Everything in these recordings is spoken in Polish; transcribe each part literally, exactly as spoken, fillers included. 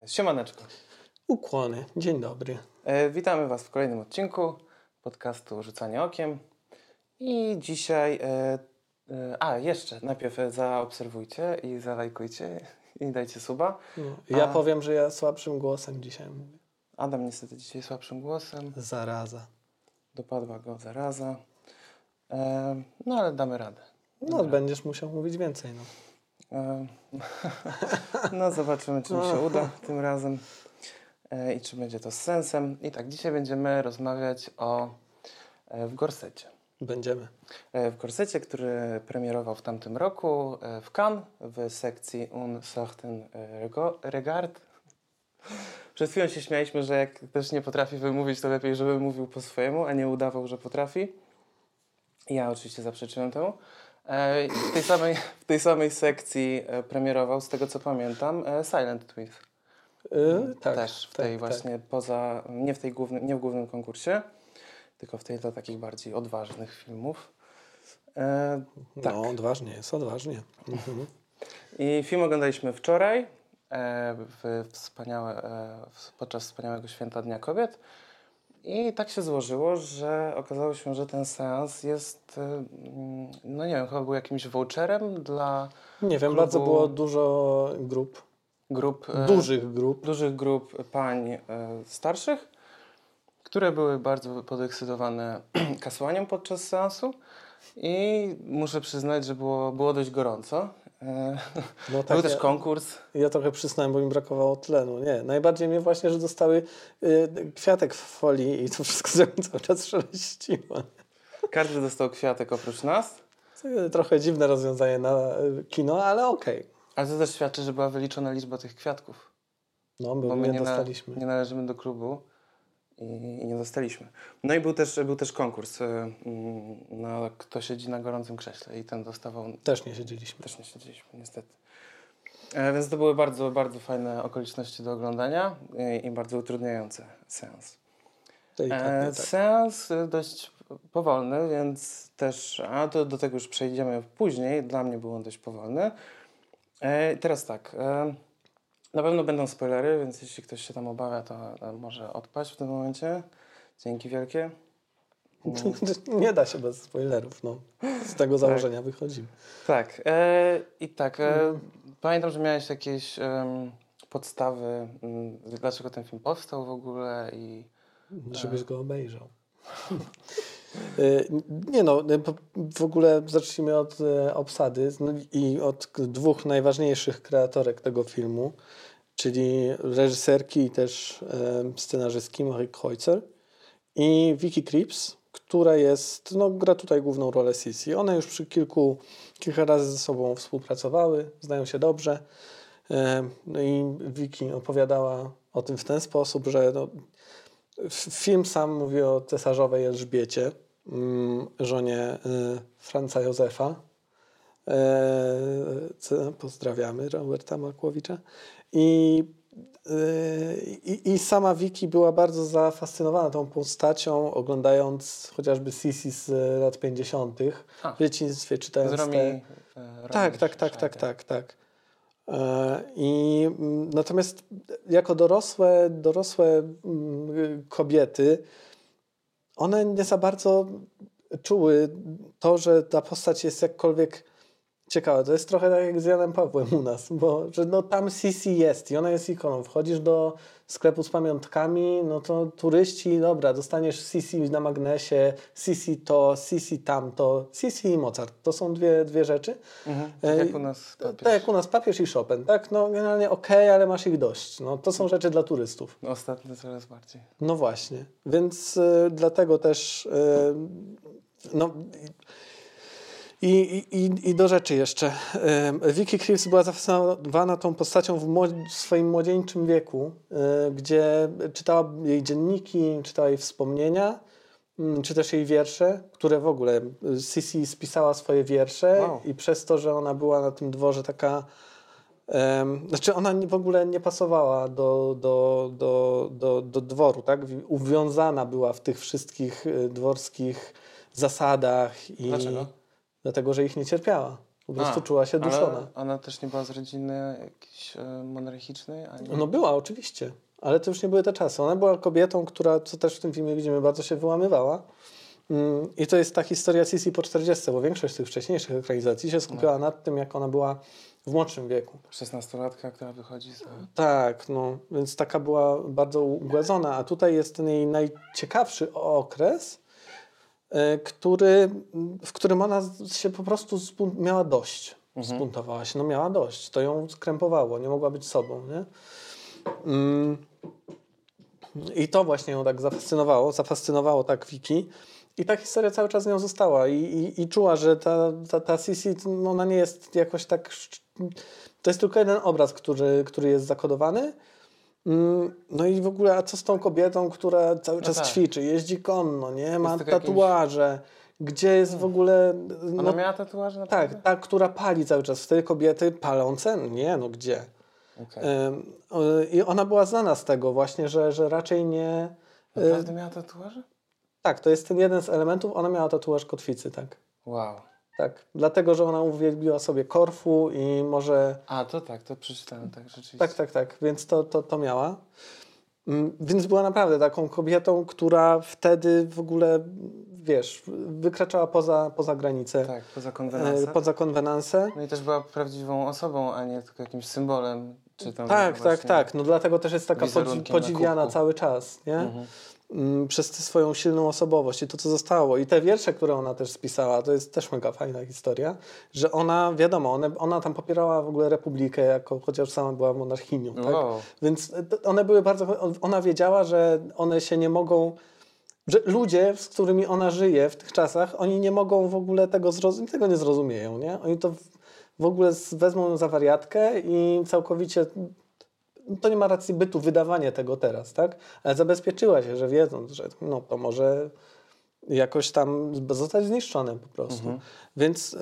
Siemaneczko. Ukłony. Dzień dobry. E, witamy Was w kolejnym odcinku podcastu Rzucanie Okiem. I dzisiaj... E, e, a, jeszcze najpierw zaobserwujcie i zalajkujcie i dajcie suba. No, ja a, powiem, że ja słabszym głosem dzisiaj mówię. Adam niestety dzisiaj słabszym głosem. Zaraza. Dopadła go zaraza. E, no ale damy radę. No, Damy będziesz radę. musiał mówić więcej. No, e, no zobaczymy, czy mi się uda tym razem. E, I czy będzie to z sensem. I tak, dzisiaj będziemy rozmawiać o e, w Gorsecie. Będziemy. W Gorsecie, który premierował w tamtym roku w Cannes w sekcji Un certain regard. Przed chwilą się śmialiśmy, że jak też nie potrafi wymówić, to lepiej, żeby mówił po swojemu, a nie udawał, że potrafi. I ja oczywiście zaprzeczyłem temu. W tej samej, w tej samej sekcji premierował, z tego co pamiętam, Silent Twins. Yy, tak, też w tak, tej właśnie tak. poza, nie w tej głównym, nie w głównym konkursie, tylko w tej dla takich bardziej odważnych filmów. E, tak. No, odważnie jest, odważnie. Mhm. I film oglądaliśmy wczoraj e, w wspaniałe, e, w, podczas wspaniałego święta Dnia Kobiet. I tak się złożyło, że okazało się, że ten seans jest, e, no nie wiem, chyba był jakimś voucherem dla Nie wiem, klubu, bardzo było dużo grup. grup e, Dużych grup. Dużych grup pań e, starszych, które były bardzo podekscytowane kasowaniem podczas seansu. I muszę przyznać, że było, było dość gorąco. No, tak, Był też ja, konkurs. Ja trochę przysnąłem, bo mi brakowało tlenu. Nie, najbardziej mnie właśnie, że dostały y, kwiatek w folii i to wszystko cały czas szeleściło. Każdy dostał kwiatek oprócz nas. Trochę dziwne rozwiązanie na y, kino, ale okej. Okay. Ale to też świadczy, że była wyliczona liczba tych kwiatków. No, bo, bo my my nie nie, dostaliśmy. Na, nie należymy do klubu i, i nie dostaliśmy. No i był też, był też konkurs y, y, na kto siedzi na gorącym krześle i ten dostawał... Też nie siedzieliśmy. Też nie siedzieliśmy, niestety. E, więc to były bardzo, bardzo fajne okoliczności do oglądania i, i bardzo utrudniające seans. E, tak. Seans dość powolny, więc też, a to do tego już przejdziemy później. Dla mnie był on dość powolny. E, teraz tak, e, na pewno będą spoilery, więc jeśli ktoś się tam obawia, to e, może odpaść w tym momencie. Dzięki wielkie. Nie da się bez spoilerów, no. Z tego założenia tak. wychodzimy. Tak. E, I tak, e, mm. pamiętam, że miałeś jakieś e, podstawy, m, dlaczego ten film powstał w ogóle i... Żebyś go obejrzał. Nie no, w ogóle zacznijmy od obsady i od dwóch najważniejszych kreatorek tego filmu, czyli reżyserki i też scenarzystki Marie Kreutzer i Vicky Krieps, która jest, no gra tutaj główną rolę Sissy. One już przy kilku, kilka razy ze sobą współpracowały, znają się dobrze. No i Vicky opowiadała o tym w ten sposób, że no, film sam mówi o cesarzowej Elżbiecie, żonie Franza Józefa. Pozdrawiamy Roberta Makłowicza. I, i, I sama Vicky była bardzo zafascynowana tą postacią, oglądając chociażby Sissy z lat pięćdziesiątych. W dzieciństwie czytając z Romi, te... Romi Tak, tak, tak, tak, tak, tak. I natomiast jako dorosłe, dorosłe kobiety, one nie za bardzo czuły to, że ta postać jest jakkolwiek ciekawa. To jest trochę tak jak z Janem Pawłem u nas, bo że no tam Sissy jest i ona jest ikoną. Wchodzisz do sklepu z pamiątkami, no to turyści, dobra, dostaniesz Sissy na magnesie, Sissy to, Sissy tamto, Sissy i Mozart. To są dwie, dwie rzeczy. Mhm. Tak jak u nas papież. Tak jak u nas papież i Chopin, tak? No generalnie okej, okay, ale masz ich dość. No to są rzeczy dla turystów. No, ostatnio coraz bardziej. No właśnie. Więc y, dlatego też y, no... I, i, I do rzeczy jeszcze. Vicky Krieps była zafascynowana tą postacią w, młod- w swoim młodzieńczym wieku, gdzie czytała jej dzienniki, czytała jej wspomnienia, czy też jej wiersze, które w ogóle Sissy spisała swoje wiersze wow. I przez to, że ona była na tym dworze taka... Um, znaczy ona w ogóle nie pasowała do, do, do, do, do dworu, tak? Uwiązana była w tych wszystkich dworskich zasadach. I Dlaczego? Dlatego, że ich nie cierpiała. Po prostu A, czuła się duszona. Ale ona też nie była z rodziny jakiejś e, monarchicznej? Ani... No była, oczywiście. Ale to już nie były te czasy. Ona była kobietą, która, co też w tym filmie widzimy, bardzo się wyłamywała. Mm, I to jest ta historia Sisi po czterdziestce, bo większość tych wcześniejszych ekranizacji się skupiała no. nad tym, jak ona była w młodszym wieku. szesnastolatka, która wychodzi z... Tak, no, więc taka była bardzo ugładzona, a tutaj jest ten jej najciekawszy okres, y, który, w którym ona się po prostu zbunt- miała dość. Mhm. Zbuntowała się, no miała dość. To ją skrępowało, nie mogła być sobą, nie? Mm. I to właśnie ją tak zafascynowało, zafascynowało tak Vicky. I ta historia cały czas z nią została i, i, i czuła, że ta, ta, ta Sisi, ona nie jest jakoś tak... To jest tylko jeden obraz, który, który jest zakodowany. No i w ogóle, a co z tą kobietą, która cały czas no tak. ćwiczy, jeździ konno, nie? Ma tatuaże. Jakimś... Gdzie jest w ogóle... No, ona miała tatuaże naprawdę? Tak, ta, która pali cały czas. Wtedy kobiety palące? Nie, no gdzie? Okay. I ona była znana z tego właśnie, że, że raczej nie... Naprawdę miała tatuaże? Tak, to jest ten jeden z elementów. Ona miała tatuaż kotwicy, tak. Wow. Tak, dlatego, że ona uwielbiła sobie Korfu i może... A, to tak, to przeczytałem, tak, rzeczywiście. Tak, tak, tak, więc to, to, to miała. Mm, więc była naprawdę taką kobietą, która wtedy w ogóle, wiesz, wykraczała poza, poza granicę. Tak, poza konwenansę. Poza konwenansę. No i też była prawdziwą osobą, a nie tylko jakimś symbolem. Czy tam tak, tak, tak. No dlatego też jest taka podzi- podziwiana cały czas, nie? Mhm. Przez tę swoją silną osobowość i to, co zostało. I te wiersze, które ona też spisała, to jest też mega fajna historia, że ona, wiadomo, one, ona tam popierała w ogóle republikę, jako, chociaż sama była monarchinią. Tak? Wow. Więc one były bardzo... Ona wiedziała, że one się nie mogą... Że ludzie, z którymi ona żyje w tych czasach, oni nie mogą w ogóle tego zrozumieć, tego nie zrozumieją, nie? Oni to w ogóle wezmą ją za wariatkę i całkowicie... To nie ma racji bytu wydawanie tego teraz, tak? Ale zabezpieczyła się, że wiedząc, że no, to może jakoś tam zostać zniszczone po prostu. Mhm. Więc y,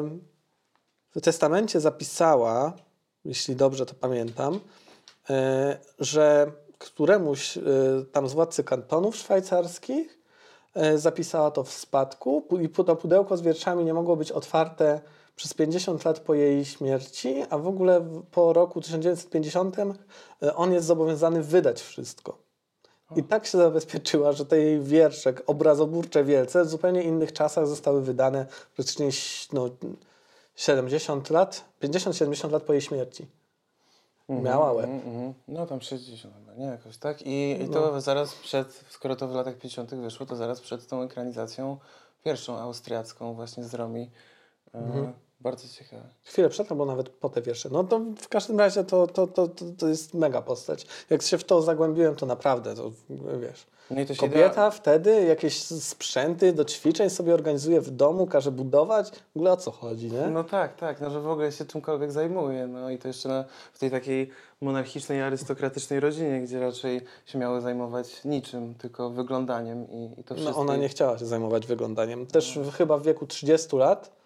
w testamencie zapisała, jeśli dobrze to pamiętam, y, że któremuś y, tam z władcy kantonów szwajcarskich y, zapisała to w spadku i to pudełko z wierszami nie mogło być otwarte przez pięćdziesiąt lat po jej śmierci, a w ogóle po roku tysiąc dziewięćset pięćdziesiątym on jest zobowiązany wydać wszystko. I tak się zabezpieczyła, że te jej wiersze, obrazoburcze wielce, w zupełnie innych czasach zostały wydane praktycznie no, siedemdziesiąt lat, pięćdziesiąt siedemdziesiąt lat po jej śmierci. Mm-hmm, Miała łeb. Mm-hmm. No tam sześćdziesiąt chyba, nie? Jakoś tak. I, i to no. zaraz przed, skoro to w latach pięćdziesiątych wyszło, to zaraz przed tą ekranizacją pierwszą austriacką właśnie z Romi. Mm-hmm. Bardzo ciekawe. Chwilę przed, albo nawet po te wiersze. No to w każdym razie to, to, to, to, to jest mega postać. Jak się w to zagłębiłem, to naprawdę, to wiesz. No i to się kobieta idea... wtedy jakieś sprzęty do ćwiczeń sobie organizuje w domu, każe budować. W ogóle o co chodzi, nie? No tak, tak. No, że w ogóle się czymkolwiek zajmuje. No i to jeszcze na, w tej takiej monarchicznej, arystokratycznej rodzinie, gdzie raczej się miały zajmować niczym, tylko wyglądaniem i, i to wszystko. No ona nie chciała się zajmować wyglądaniem. Też no. chyba w wieku trzydziestu lat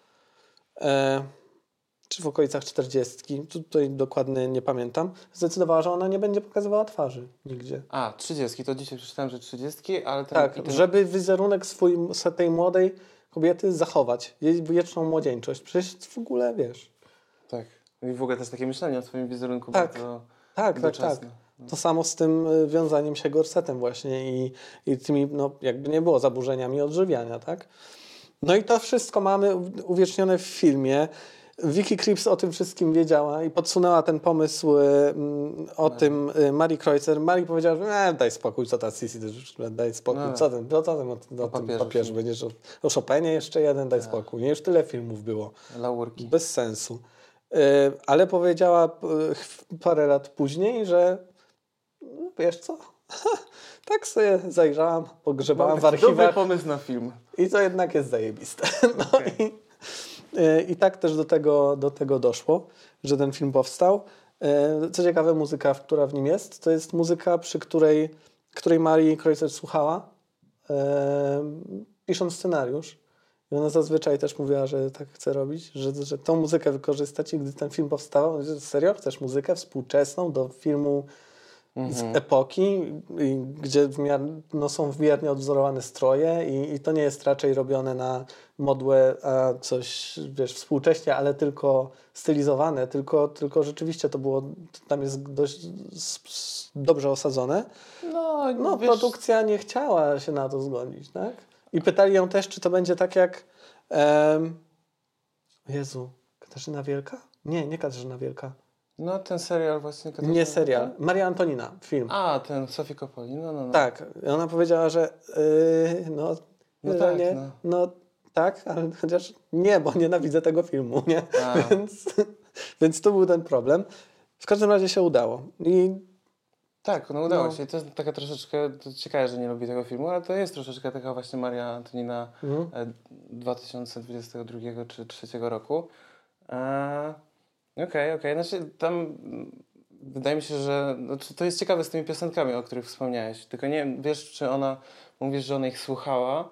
E, czy w okolicach czterdziestki, tutaj dokładnie nie pamiętam, zdecydowała, że ona nie będzie pokazywała twarzy nigdzie. A, trzydziestki, to dzisiaj przeczytałem, że trzydziestki, ale... Ten, tak, ten... żeby wizerunek swój, tej młodej kobiety zachować, jej wieczną młodzieńczość. Przecież w ogóle, wiesz... Tak, i w ogóle też takie myślenie o swoim wizerunku tak, bardzo tak, tak, tak. No. To samo z tym wiązaniem się gorsetem właśnie i, i tymi, no jakby nie było, zaburzeniami odżywiania, tak? No i to wszystko mamy uwiecznione w filmie. Vicky Krieps o tym wszystkim wiedziała i podsunęła ten pomysł y, o Mary. tym y, Marii Kreutzer. Marii powiedziała, że e, daj spokój, co ta Sisi, daj spokój. No, co ten, co ten o, o, o tym papieżu będziesz? O, o Chopinie jeszcze jeden, daj tak. spokój. Nie, już tyle filmów było. Laurki. Bez sensu. Y, ale powiedziała y, parę lat później, że no, wiesz co? Tak sobie zajrzałam, pogrzebałam w archiwach. Dobry pomysł na film. I to jednak jest zajebiste. No okay. i, i tak też do tego, do tego doszło, że ten film powstał. Co ciekawe, muzyka, która w nim jest, to jest muzyka, przy której, której Marii Kreutzer słuchała, e, pisząc scenariusz. I ona zazwyczaj też mówiła, że tak chce robić, że, że tą muzykę wykorzystać i gdy ten film powstawał, że serio, chcesz muzykę współczesną do filmu z epoki, i gdzie w miar, no, są wiernie odwzorowane stroje i, i to nie jest raczej robione na modłę, a coś, wiesz, współcześnie, ale tylko stylizowane, tylko, tylko rzeczywiście to było, tam jest dość s, s, dobrze osadzone. No, No, wiesz, produkcja nie chciała się na to zgodzić, tak? I pytali ją też, czy to będzie tak jak em, Jezu, Katarzyna Wielka? Nie, nie Katarzyna Wielka. no ten serial właśnie... Nie serial. Maria Antonina, film. A, ten Sofii Coppoli, no, no, no. Tak, i ona powiedziała, że yy, no, No no, tak, nie, no. no tak, ale chociaż nie, bo nienawidzę tego filmu, nie? A. Więc, więc to był ten problem. W każdym razie się udało. I Tak, no udało No. się. I to jest taka troszeczkę, to ciekawe, że nie lubi tego filmu, ale to jest troszeczkę taka właśnie Maria Antonina Mhm. e, dwa tysiące dwudziestego drugiego czy dwa tysiące trzeciego roku. E, Okej, okej. Znaczy tam mm, wydaje mi się, że znaczy, to jest ciekawe z tymi piosenkami, o których wspomniałeś. Tylko nie wiem, wiesz, czy ona, mówisz, że ona ich słuchała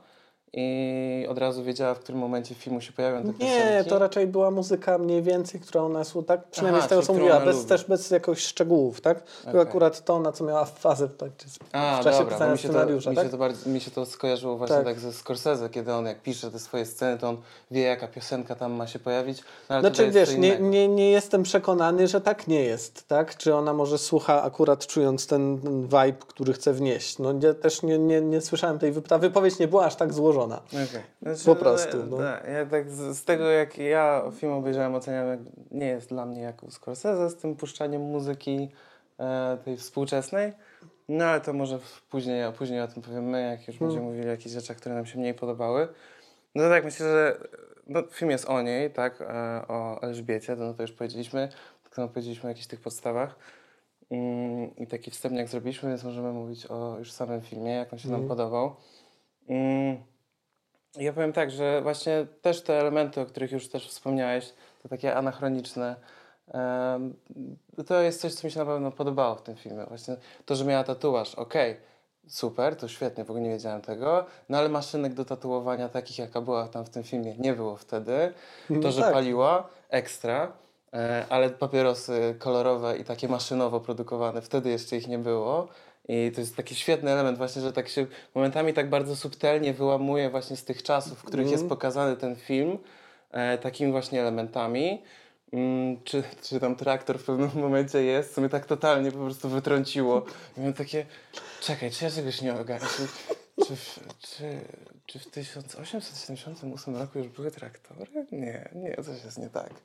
i od razu wiedziała, w którym momencie filmu się pojawią te nie, piosenki. to raczej była muzyka mniej więcej, która ona słucha, tak? Przynajmniej Aha, z tego, czyli co którą mówiła, ona bez, lubi. też bez jakichś szczegółów, tak? To Okej. akurat to, na co miała fazę tak, A, w czasie dobra, bo pisania mi się, to, scenariusza, mi, tak? się to bardzo, mi się to skojarzyło właśnie Tak. tak. ze Scorsese, kiedy on jak pisze te swoje sceny, to on wie, jaka piosenka tam ma się pojawić. No, ale Znaczy, tutaj jest wiesz, co nie, innego. nie, nie jestem przekonany, że tak nie jest, tak? Czy ona może słucha akurat czując ten, ten vibe, który chce wnieść. No ja też nie, nie, nie słyszałem tej wypowiedzi. Ta wypowiedź nie była aż tak złożona. Okej. Znaczy, Po prostu, no. tak, ja tak z, z tego, jak ja film obejrzałem, oceniam, jak nie jest dla mnie jak u Scorsese z tym puszczaniem muzyki e, tej współczesnej. No ale to może w, później, później o tym powiemy, jak już będziemy mówili o jakichś rzeczach, które nam się mniej podobały. No to tak, myślę, że no, film jest o niej, tak, e, o Elżbiecie, to, no to już powiedzieliśmy, tak samo powiedzieliśmy o jakichś tych podstawach. Mm, I taki wstępniak zrobiliśmy, więc możemy mówić o już samym filmie, jak on się nam podobał. Mm, ja powiem tak, że właśnie też te elementy, o których już też wspomniałeś, to takie anachroniczne, em, to jest coś, co mi się na pewno podobało w tym filmie. Właśnie to, że miała tatuaż, okej, super, to świetnie, w ogóle nie wiedziałem tego, no ale maszynek do tatuowania takich, jaka była tam w tym filmie, nie było wtedy. To, No że tak. paliła, ekstra, e, ale papierosy kolorowe i takie maszynowo produkowane, wtedy jeszcze ich nie było. I to jest taki świetny element właśnie, że tak się momentami tak bardzo subtelnie wyłamuje właśnie z tych czasów, w których Mm. jest pokazany ten film, e, takimi właśnie elementami. Mm, czy, czy tam traktor w pewnym momencie jest, co mnie tak totalnie po prostu wytrąciło. I miałem takie, czekaj, czy ja czegoś nie ogarniam? Czy, czy, w- czy, czy w tysiąc osiemset siedemdziesiątym ósmym roku już były traktory? Nie, nie, coś jest nie tak.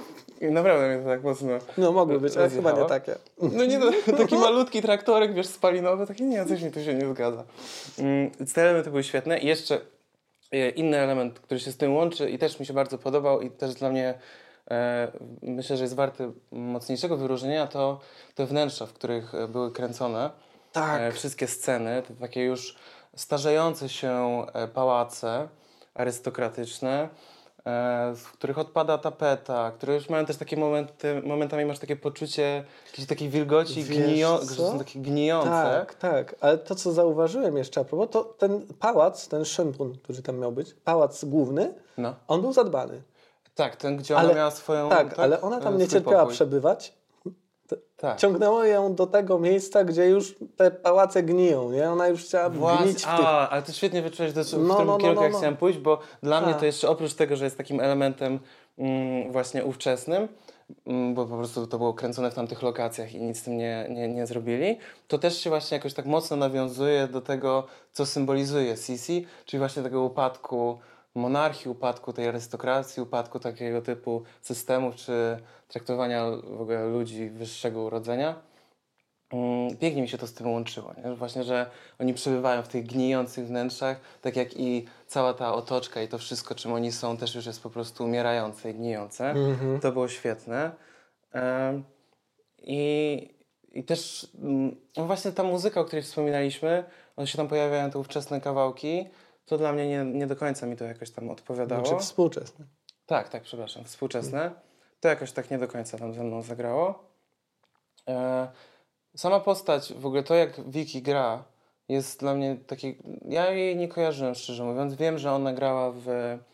I naprawdę mnie to tak mocno No mogły być, ale chyba nie rozjechało. takie. No nie, no, taki malutki traktorek, wiesz, spalinowy, taki nie, coś mi tu się nie zgadza. Mm, te elementy były świetne. I jeszcze e, inny element, który się z tym łączy i też mi się bardzo podobał i też dla mnie e, myślę, że jest warty mocniejszego wyróżnienia, to te wnętrza, w których e, były kręcone. Tak. E, wszystkie sceny, to takie już starzejące się e, pałace arystokratyczne, e, w których odpada tapeta, które już mają też takie momenty, momentami masz takie poczucie jakiejś takiej wilgoci, Wiesz gnio, co? że są takie gnijące. Tak, tak. Ale to, co zauważyłem jeszcze a propos, to ten pałac, ten Szempun, który tam miał być, pałac główny, No. on był zadbany. Tak, ten, gdzie ona Ale- miała swoją... Tak, ale ona tam e, nie swój cierpiała pokój. przebywać. Tak. Ciągnęło ją do tego miejsca, gdzie już te pałace gniją, nie? Ona już chciała Właśnie, gnić w tych... a, ale to świetnie wyczułeś, do, w No, którym no, no, kierunku no, ja no. chciałem pójść, bo dla mnie A. to jeszcze oprócz tego, że jest takim elementem mm, właśnie ówczesnym, mm, bo po prostu to było kręcone w tamtych lokacjach i nic z tym nie, nie, nie zrobili, to też się właśnie jakoś tak mocno nawiązuje do tego, co symbolizuje Sisi, czyli właśnie tego upadku monarchii, upadku tej arystokracji, upadku takiego typu systemów, czy traktowania w ogóle ludzi wyższego urodzenia. Mm, Pięknie mi się to z tym łączyło, nie? Że właśnie, że oni przebywają w tych gnijących wnętrzach, tak jak i cała ta otoczka i to wszystko, czym oni są, też już jest po prostu umierające i gnijące. Mhm. To było świetne. Em, I, i też mm, no właśnie ta muzyka, o której wspominaliśmy, one się tam pojawiają, te ówczesne kawałki, to dla mnie nie, nie do końca mi to jakoś tam odpowiadało. Znaczy współczesny. Tak, tak, przepraszam, współczesne. To jakoś tak nie do końca tam ze mną zagrało. E, sama postać, w ogóle to jak Vicky gra, jest dla mnie taki... Ja jej nie kojarzyłem, szczerze mówiąc. Wiem, że ona grała w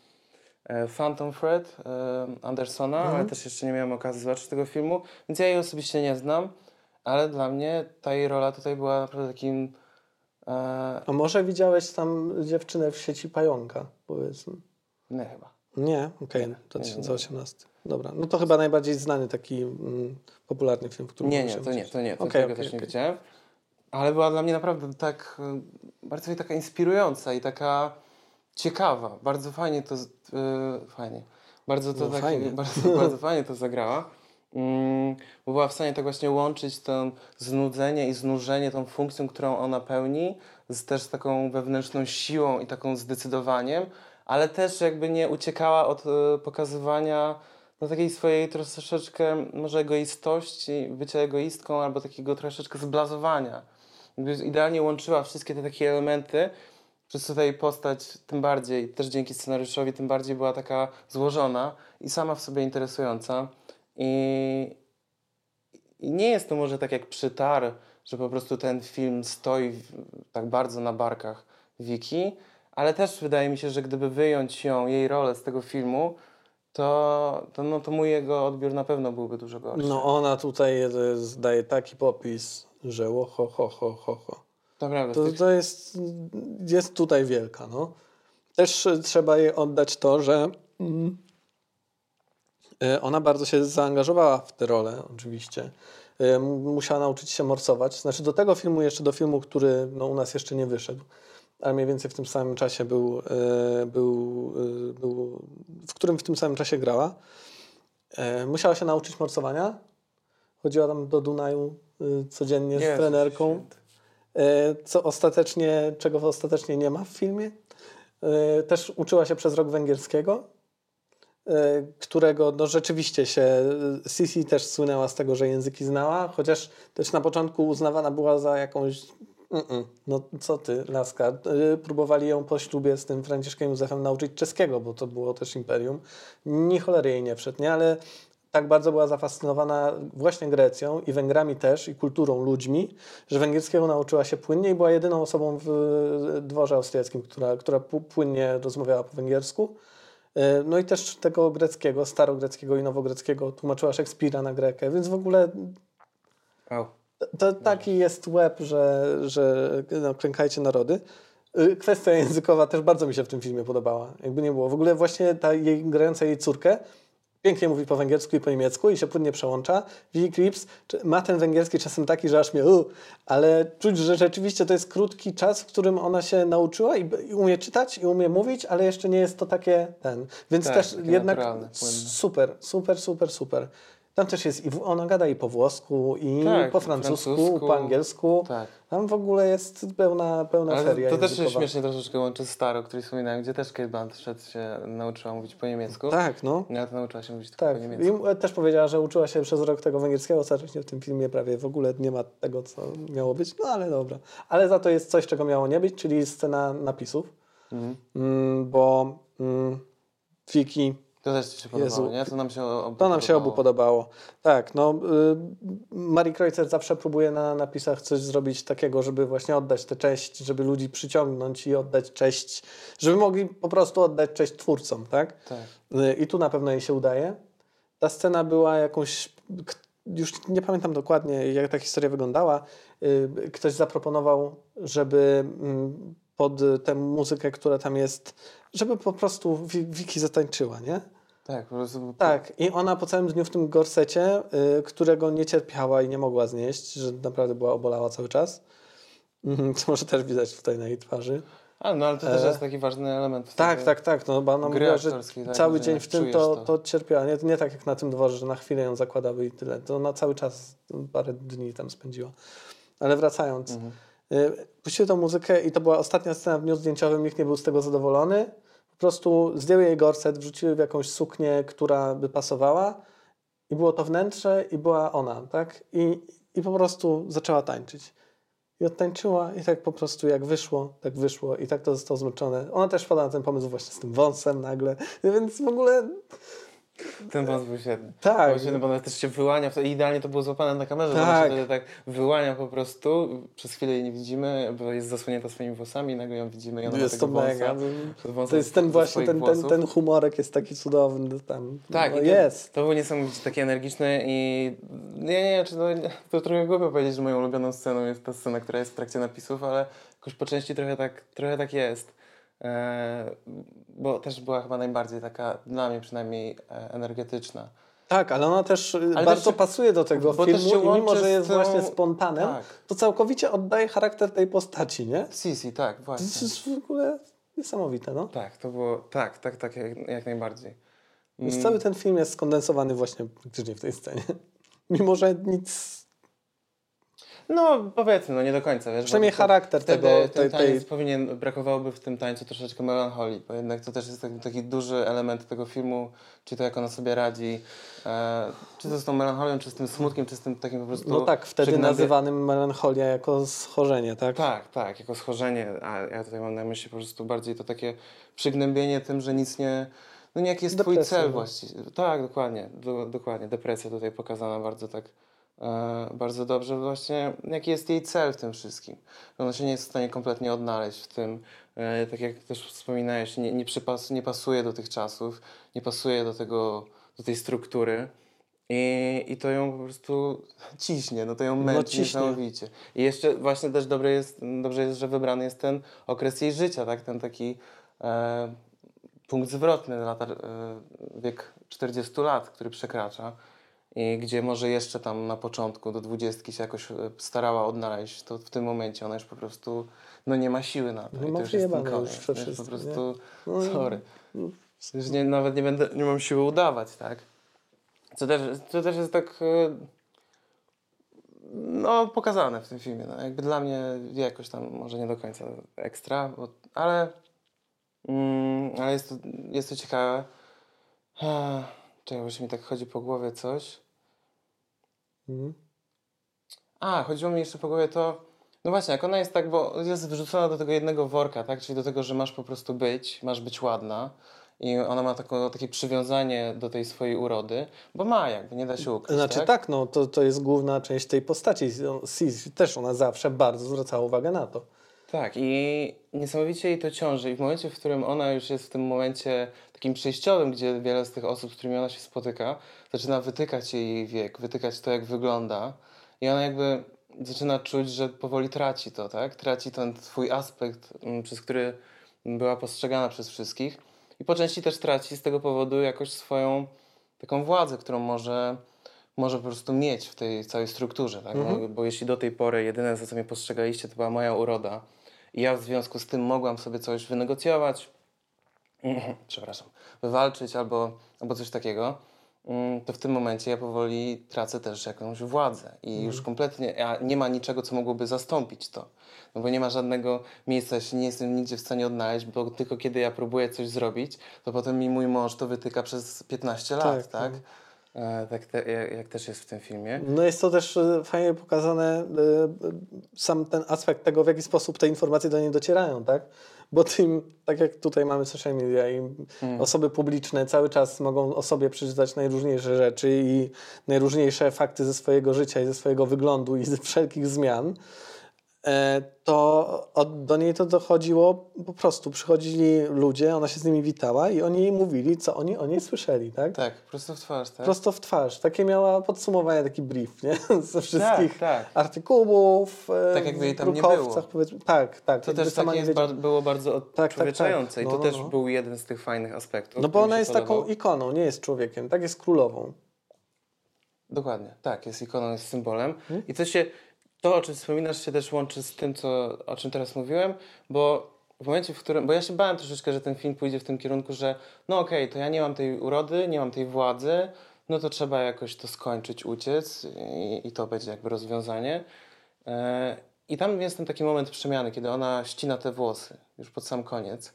e, Phantom Thread e, Andersona, ale też jeszcze nie miałem okazji zobaczyć tego filmu, więc ja jej osobiście nie znam. ale dla mnie ta jej rola tutaj była naprawdę takim... E... A może widziałeś tam dziewczynę w sieci Pająka, powiedzmy? Nie chyba. Nie? Okej, okay. dwa tysiące osiemnasty. Dobra, no to chyba najbardziej znany taki mm, popularny film, w którym... Nie, nie, to nie, to nie, to okay, tego okay, też nie okay. widziałem. Ale była dla mnie naprawdę tak, bardzo taka inspirująca i taka ciekawa. Bardzo fajnie to, yy, fajnie, bardzo to no, tak, fajnie. Bardzo, bardzo fajnie to zagrała. Mm, bo była w stanie tak właśnie łączyć to znudzenie i znużenie tą funkcją, którą ona pełni, z też taką wewnętrzną siłą i taką zdecydowaniem, ale też jakby nie uciekała od y, pokazywania no, takiej swojej troszeczkę może egoistości, bycia egoistką albo takiego troszeczkę zblazowania. Jakby idealnie łączyła wszystkie te takie elementy, przez co tej postać tym bardziej, też dzięki scenariuszowi, tym bardziej była taka złożona i sama w sobie interesująca. I, i nie jest to może tak jak przy Tar, że po prostu ten film stoi w, tak bardzo na barkach Wiki, ale też wydaje mi się, że gdyby wyjąć ją, jej rolę z tego filmu, to, to, no, to mój jego odbiór na pewno byłby dużo gorszy. No ona tutaj jest, daje taki popis, że ho, ho, ho, ho, ho, ho. Naprawdę, To, tych... to jest, jest tutaj wielka, no. Też trzeba jej oddać to, że mm, ona bardzo się zaangażowała w tę rolę, oczywiście. Musiała nauczyć się morsować. Znaczy do tego filmu, jeszcze do filmu, który no, u nas jeszcze nie wyszedł, ale mniej więcej w tym samym czasie był, był, był w którym w tym samym czasie grała. Musiała się nauczyć morsowania. Chodziła tam do Dunaju codziennie z Jezus trenerką. święty. Co ostatecznie, czego ostatecznie nie ma w filmie. Też uczyła się przez rok węgierskiego, którego no rzeczywiście się Sisi też słynęła z tego, że języki znała, chociaż też na początku uznawana była za jakąś Mm-mm. no co ty, laska. Próbowali ją po ślubie z tym Franciszkiem Józefem nauczyć czeskiego, bo to było też imperium. Ni cholery jej nie wszedł, nie? Ale tak bardzo była zafascynowana właśnie Grecją i Węgrami też i kulturą, ludźmi, że węgierskiego nauczyła się płynnie i była jedyną osobą w dworze austriackim, która, która płynnie rozmawiała po węgiersku. No i też tego greckiego, starogreckiego i nowogreckiego tłumaczyła Szekspira na grekę, więc w ogóle oh. to, to taki jest łeb, że, że no, klękajcie narody. Kwestia językowa też bardzo mi się w tym filmie podobała. Jakby nie było. W ogóle właśnie ta jej, grająca jej córkę pięknie mówi po węgiersku i po niemiecku i się płynnie przełącza. Vicky Krieps ma ten węgierski czasem taki, że aż mnie uh, ale czuć, że rzeczywiście to jest krótki czas, w którym ona się nauczyła i, i umie czytać i umie mówić, ale jeszcze nie jest to takie ten. Więc tak, też jednak super, super, super, super. Tam też jest, i ona gada i po włosku, i tak, po francusku, francusku, po angielsku. Tak. Tam w ogóle jest pełna, pełna ale feria to też językowa. się śmiesznie troszeczkę łączy z Star, o której wspominałem, gdzie też Cate Blanchett się nauczyła mówić po niemiecku. Tak, no. Ja to nauczyła się mówić tak. tylko po niemiecku. I też powiedziała, że uczyła się przez rok tego węgierskiego, ostatecznie w tym filmie prawie w ogóle nie ma tego, co miało być. No ale dobra. Ale za to jest coś, czego miało nie być, czyli scena napisów. Mhm. Mm, bo mm, Vicky... To też ci się podobało, Jezu. nie? To nam się obu To nam podobało. się obu podobało. Tak, no y, Marie Kreutzer zawsze próbuje na napisach coś zrobić takiego, żeby właśnie oddać tę cześć, żeby ludzi przyciągnąć i oddać cześć, żeby mogli po prostu oddać cześć twórcom, tak? Tak. Y, I tu na pewno jej się udaje. Ta scena była jakąś, już nie pamiętam dokładnie, jak ta historia wyglądała. Y, ktoś zaproponował, żeby y, pod tę muzykę, która tam jest, żeby po prostu Vicky zatańczyła, nie? Tak, po prostu... Tak, i ona po całym dniu w tym gorsecie, y, którego nie cierpiała i nie mogła znieść, że naprawdę była obolała cały czas, mm, co może też widać tutaj na jej twarzy. A, no ale to też e... jest taki ważny element. Tak, tak, tak, no bo ona mówiła, że tak, cały że dzień w tym to, to. to cierpiała, nie, nie tak jak na tym dworze, że na chwilę ją zakładały i tyle, to ona cały czas parę dni tam spędziła. Ale wracając, mhm. y, puściły tą muzykę i to była ostatnia scena w dniu zdjęciowym, nikt nie był z tego zadowolony. Po prostu zdjęły jej gorset, wrzuciły w jakąś suknię, która by pasowała i było to wnętrze i była ona, tak? I, i po prostu zaczęła tańczyć. I odtańczyła i tak po prostu jak wyszło, tak wyszło i tak to zostało zmęczone. Ona też wpadła na ten pomysł właśnie z tym wąsem nagle, więc w ogóle Ten wąs był świetny. Tak. Był świetny, bo ona też się wyłania, wtedy idealnie to było złapane na kamerze, bo ona Tak. się wtedy tak wyłania po prostu, przez chwilę jej nie widzimy, bo jest zasłonięta swoimi włosami i nagle ją widzimy i ona ma Jest tego to wąsa. mega. wąsa To jest z- ten ze właśnie, swoich ten, ten, włosów. ten humorek jest taki cudowny tam. Tak, no i to, jest. to był niesamowicie taki energiczny i nie, nie, czy no, to trochę głupio powiedzieć, że moją ulubioną sceną jest ta scena, która jest w trakcie napisów, ale jakoś po części trochę tak, trochę tak jest. E, bo też była chyba najbardziej taka, dla mnie przynajmniej, e, energetyczna. Tak, ale ona też y, Ale bardzo też się- pasuje do tego bo też filmu się i mimo, łączy że z jest tą- właśnie spontanem, tak. to całkowicie oddaje charakter tej postaci, nie? Sisi, tak, To właśnie. jest w ogóle niesamowite, no. Tak, to było, tak, tak, tak, jak, jak najbardziej. Więc Mm. cały ten film jest skondensowany właśnie praktycznie w tej scenie. Mimo, że nic... No powiedzmy, no nie do końca, wiesz. Przynajmniej bo to- charakter wtedy tego- ten tej- taniec tej- powinien, brakowałoby w tym tańcu troszeczkę melancholii, bo jednak to też jest taki, taki duży element tego filmu, czy to jak ona sobie radzi, e, czy to z tą melancholią, czy z tym smutkiem, czy z tym takim po prostu... No tak, wtedy przygnębie- nazywanym melancholia jako schorzenie, tak? Tak, tak, jako schorzenie, a ja tutaj mam na myśli po prostu bardziej to takie przygnębienie tym, że nic nie... No nie, jaki jest twój Depresja, cel no. właściwie. Tak, dokładnie, do, dokładnie. Depresja tutaj pokazana bardzo tak, e, bardzo dobrze właśnie, jaki jest jej cel w tym wszystkim. Ona się nie jest w stanie kompletnie odnaleźć w tym, e, tak jak też wspominałeś, nie, nie, przypas, nie pasuje do tych czasów, nie pasuje do tego, do tej struktury. I, I to ją po prostu ciśnie, no to ją męczy ciśnie. niesamowicie. I jeszcze właśnie też dobre jest, dobrze jest, że wybrany jest ten okres jej życia, tak? Ten taki e, punkt zwrotny, lata, e, wiek czterdziestu lat, który przekracza i gdzie może jeszcze tam na początku do dwudziestki się jakoś e, starała odnaleźć, to w tym momencie ona już po prostu no nie ma siły na to. No I ma to już jest ten wyjebane już koniec. to To już po wszystko, prostu, No i- sorry. Już nie, nawet nie będę, nie mam siły udawać, tak? Co też, co też jest tak e, no, pokazane w tym filmie. No. Jakby dla mnie jakoś tam może nie do końca ekstra, bo, ale, mm, ale jest to, jest to ciekawe. Ah, Czekaj, właśnie mi tak chodzi po głowie coś. Mhm. A, chodziło mi jeszcze po głowie to, no właśnie, jak ona jest tak, bo jest wrzucona do tego jednego worka, tak? Czyli do tego, że masz po prostu być, masz być ładna. I ona ma tako, takie przywiązanie do tej swojej urody, bo ma jakby, nie da się ukryć, Znaczy tak? tak, no to, to jest główna część tej postaci. Sis też ona zawsze bardzo zwracała uwagę na to. Tak, i niesamowicie jej to ciąży. I w momencie, w którym ona już jest w tym momencie takim przejściowym, gdzie wiele z tych osób, z którymi ona się spotyka, zaczyna wytykać jej wiek, wytykać to, jak wygląda. I ona jakby zaczyna czuć, że powoli traci to, tak? Traci ten swój aspekt, m, przez który była postrzegana przez wszystkich. I po części też traci z tego powodu jakoś swoją taką władzę, którą może, może po prostu mieć w tej całej strukturze, tak? Mhm. No, bo jeśli do tej pory jedyne, za co mnie postrzegaliście, to była moja uroda i ja w związku z tym mogłam sobie coś wynegocjować, przepraszam, wywalczyć albo, albo coś takiego, mm, to w tym momencie ja powoli tracę też jakąś władzę i już kompletnie a nie ma niczego, co mogłoby zastąpić to. No bo nie ma żadnego miejsca, ja się nie jestem nigdzie w stanie odnaleźć, bo tylko kiedy ja próbuję coś zrobić, to potem mi mój mąż to wytyka przez piętnaście lat, Tak, tak? E, tak te, jak, jak też jest w tym filmie. No jest to też e, fajnie pokazane, e, e, sam ten aspekt tego, w jaki sposób te informacje do niej docierają, tak? Bo tym, tak jak tutaj mamy social media i osoby publiczne cały czas mogą o sobie przeczytać najróżniejsze rzeczy i najróżniejsze fakty ze swojego życia i ze swojego wyglądu i ze wszelkich zmian, e, to od, do niej to dochodziło po prostu. Przychodzili ludzie, ona się z nimi witała i oni jej mówili, co oni o niej słyszeli, tak? Tak, prosto w twarz, tak? Prosto w twarz. Takie miała podsumowanie, taki brief, nie? Ze wszystkich tak. artykułów, e, Tak jakby jej tam nie drukowcach, było. powiedzmy. Tak, tak. To jakby też sama takie nie jest, wiedziała. bar- było bardzo odczłowieczające tak. i No, to no, też no. był jeden z tych fajnych aspektów. No bo który mi ona się jest podobał. taką ikoną, nie jest człowiekiem, tak? Jest królową. Dokładnie, tak, jest ikoną, jest symbolem. Hmm? I to się, to o czym wspominasz się też łączy z tym, co, o czym teraz mówiłem, bo w momencie, w którym, bo ja się bałem troszeczkę, że ten film pójdzie w tym kierunku, że no okej, to ja nie mam tej urody, nie mam tej władzy, no to trzeba jakoś to skończyć, uciec i, i to będzie jakby rozwiązanie. E, I tam jest ten taki moment przemiany, kiedy ona ścina te włosy, już pod sam koniec.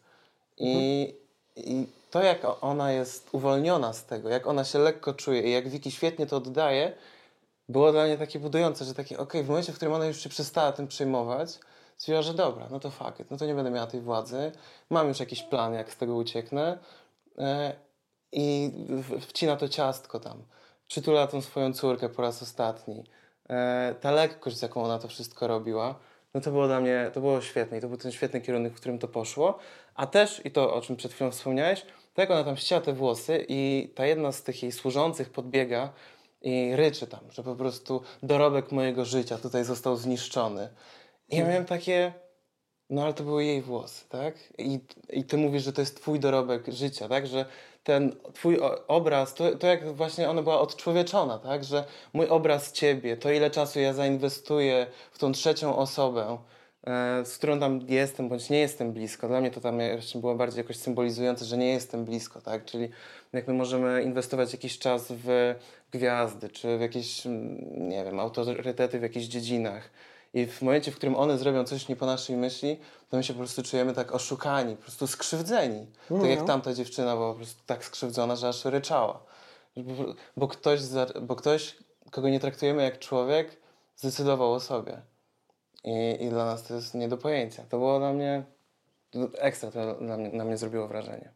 I, I to, jak ona jest uwolniona z tego, jak ona się lekko czuje i jak Vicky świetnie to oddaje, było dla mnie takie budujące, że takie, okej, w momencie, w którym ona już się przestała tym przejmować, stwierdziła, że dobra, no to fuck it, no to nie będę miała tej władzy, mam już jakiś plan, jak z tego ucieknę. E, i w- wcina to ciastko tam. Przytula tą swoją córkę po raz ostatni. E, ta lekkość, z jaką ona to wszystko robiła, no to było dla mnie, to było świetne i to był ten świetny kierunek, w którym to poszło. A też, i to o czym przed chwilą wspomniałeś, to jak ona tam ścięła te włosy i ta jedna z tych jej służących podbiega i ryczy tam, że po prostu dorobek mojego życia tutaj został zniszczony. I ja miałem takie, no ale to były jej włosy, tak? I, i ty mówisz, że to jest twój dorobek życia, tak? Że ten twój o- obraz, to, to jak właśnie ona była odczłowieczona, tak? Że mój obraz ciebie, to ile czasu ja zainwestuję w tą trzecią osobę, e, z którą tam jestem, bądź nie jestem blisko. Dla mnie to tam jeszcze było bardziej jakoś symbolizujące, że nie jestem blisko, tak? Czyli jak my możemy inwestować jakiś czas w gwiazdy, czy w jakieś, mm, nie wiem, autorytety w jakichś dziedzinach. I w momencie, w którym one zrobią coś nie po naszej myśli, to my się po prostu czujemy tak oszukani, po prostu skrzywdzeni. No, Tak jak no. tamta dziewczyna była po prostu tak skrzywdzona, że aż ryczała. Bo, bo, ktoś, za, bo ktoś, kogo nie traktujemy jak człowiek, zdecydował o sobie. I, I dla nas to jest nie do pojęcia. To było dla mnie ekstra, to na mnie, na mnie zrobiło wrażenie.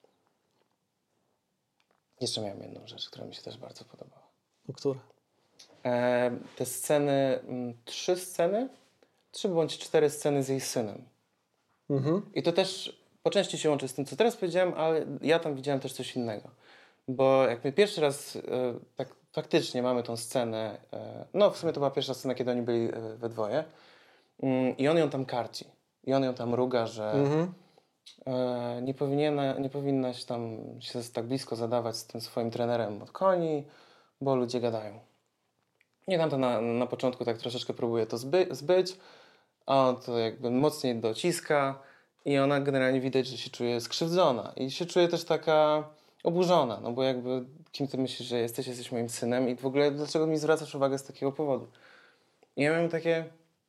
Jeszcze miałem jedną rzecz, która mi się też bardzo podobała. No, która? E, te sceny, m, trzy sceny, trzy bądź cztery sceny z jej synem. Mhm. I to też po części się łączy z tym, co teraz powiedziałem, ale ja tam widziałem też coś innego. Bo jak my pierwszy raz e, tak faktycznie mamy tą scenę, e, no w sumie to była pierwsza scena, kiedy oni byli e, we dwoje, mm, i on ją tam karci. I on ją tam ruga, że Mhm. e, nie, powinien, nie powinnaś tam się tak blisko zadawać z tym swoim trenerem od koni, bo ludzie gadają. Nie tam to na, na początku tak troszeczkę próbuje to zby, zbyć, a on to jakby mocniej dociska i ona generalnie widać, że się czuje skrzywdzona i się czuje też taka oburzona, no bo jakby kim ty myślisz, że jesteś, jesteś moim synem i w ogóle dlaczego mi zwracasz uwagę z takiego powodu? I ja miałem takie,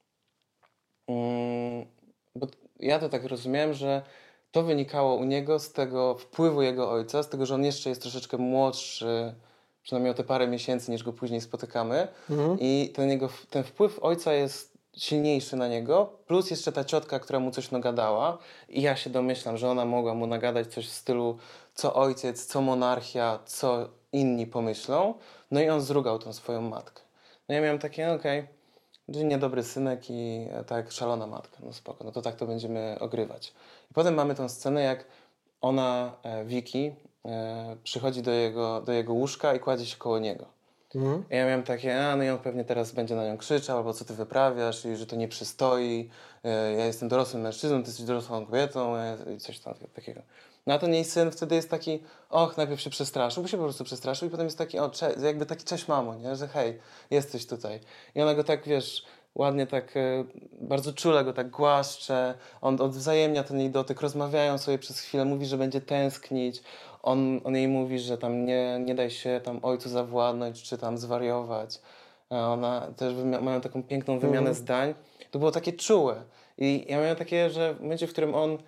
mm, bo ja to tak rozumiałem, że to wynikało u niego z tego wpływu jego ojca, z tego, że on jeszcze jest troszeczkę młodszy, przynajmniej o te parę miesięcy, niż go później spotykamy. Mhm. I ten, jego, ten wpływ ojca jest silniejszy na niego, plus jeszcze ta ciotka, która mu coś nagadała. I ja się domyślam, że ona mogła mu nagadać coś w stylu co ojciec, co monarchia, co inni pomyślą. No i on zrugał tą swoją matkę. No ja miałem takie, okej, okay, niedobry synek i e, tak szalona matka. No spoko, no to tak to będziemy ogrywać. I potem mamy tą scenę, jak ona, e, Vicky, e, przychodzi do jego, do jego łóżka i kładzie się koło niego. Mhm. I ja miałem takie, a no i on pewnie teraz będzie na nią krzyczał, albo co ty wyprawiasz, i że to nie przystoi, e, ja jestem dorosłym mężczyzną, ty jesteś dorosłą kobietą, e, i coś tam takiego. No a ten jej syn wtedy jest taki, och, najpierw się przestraszył, bo się po prostu przestraszył i potem jest taki, o, cze- jakby taki cześć mamo, nie, że hej, jesteś tutaj. I ona go tak, wiesz, ładnie tak, e, bardzo czule go tak głaszcze, on odwzajemnia ten jej dotyk, rozmawiają sobie przez chwilę, mówi, że będzie tęsknić, on, on jej mówi, że tam nie, nie daj się tam ojcu zawładnąć, czy tam zwariować. A ona też wymia- mają taką piękną wymianę Mhm. zdań. To było takie czułe. I ja miałem takie, że w momencie, w którym on,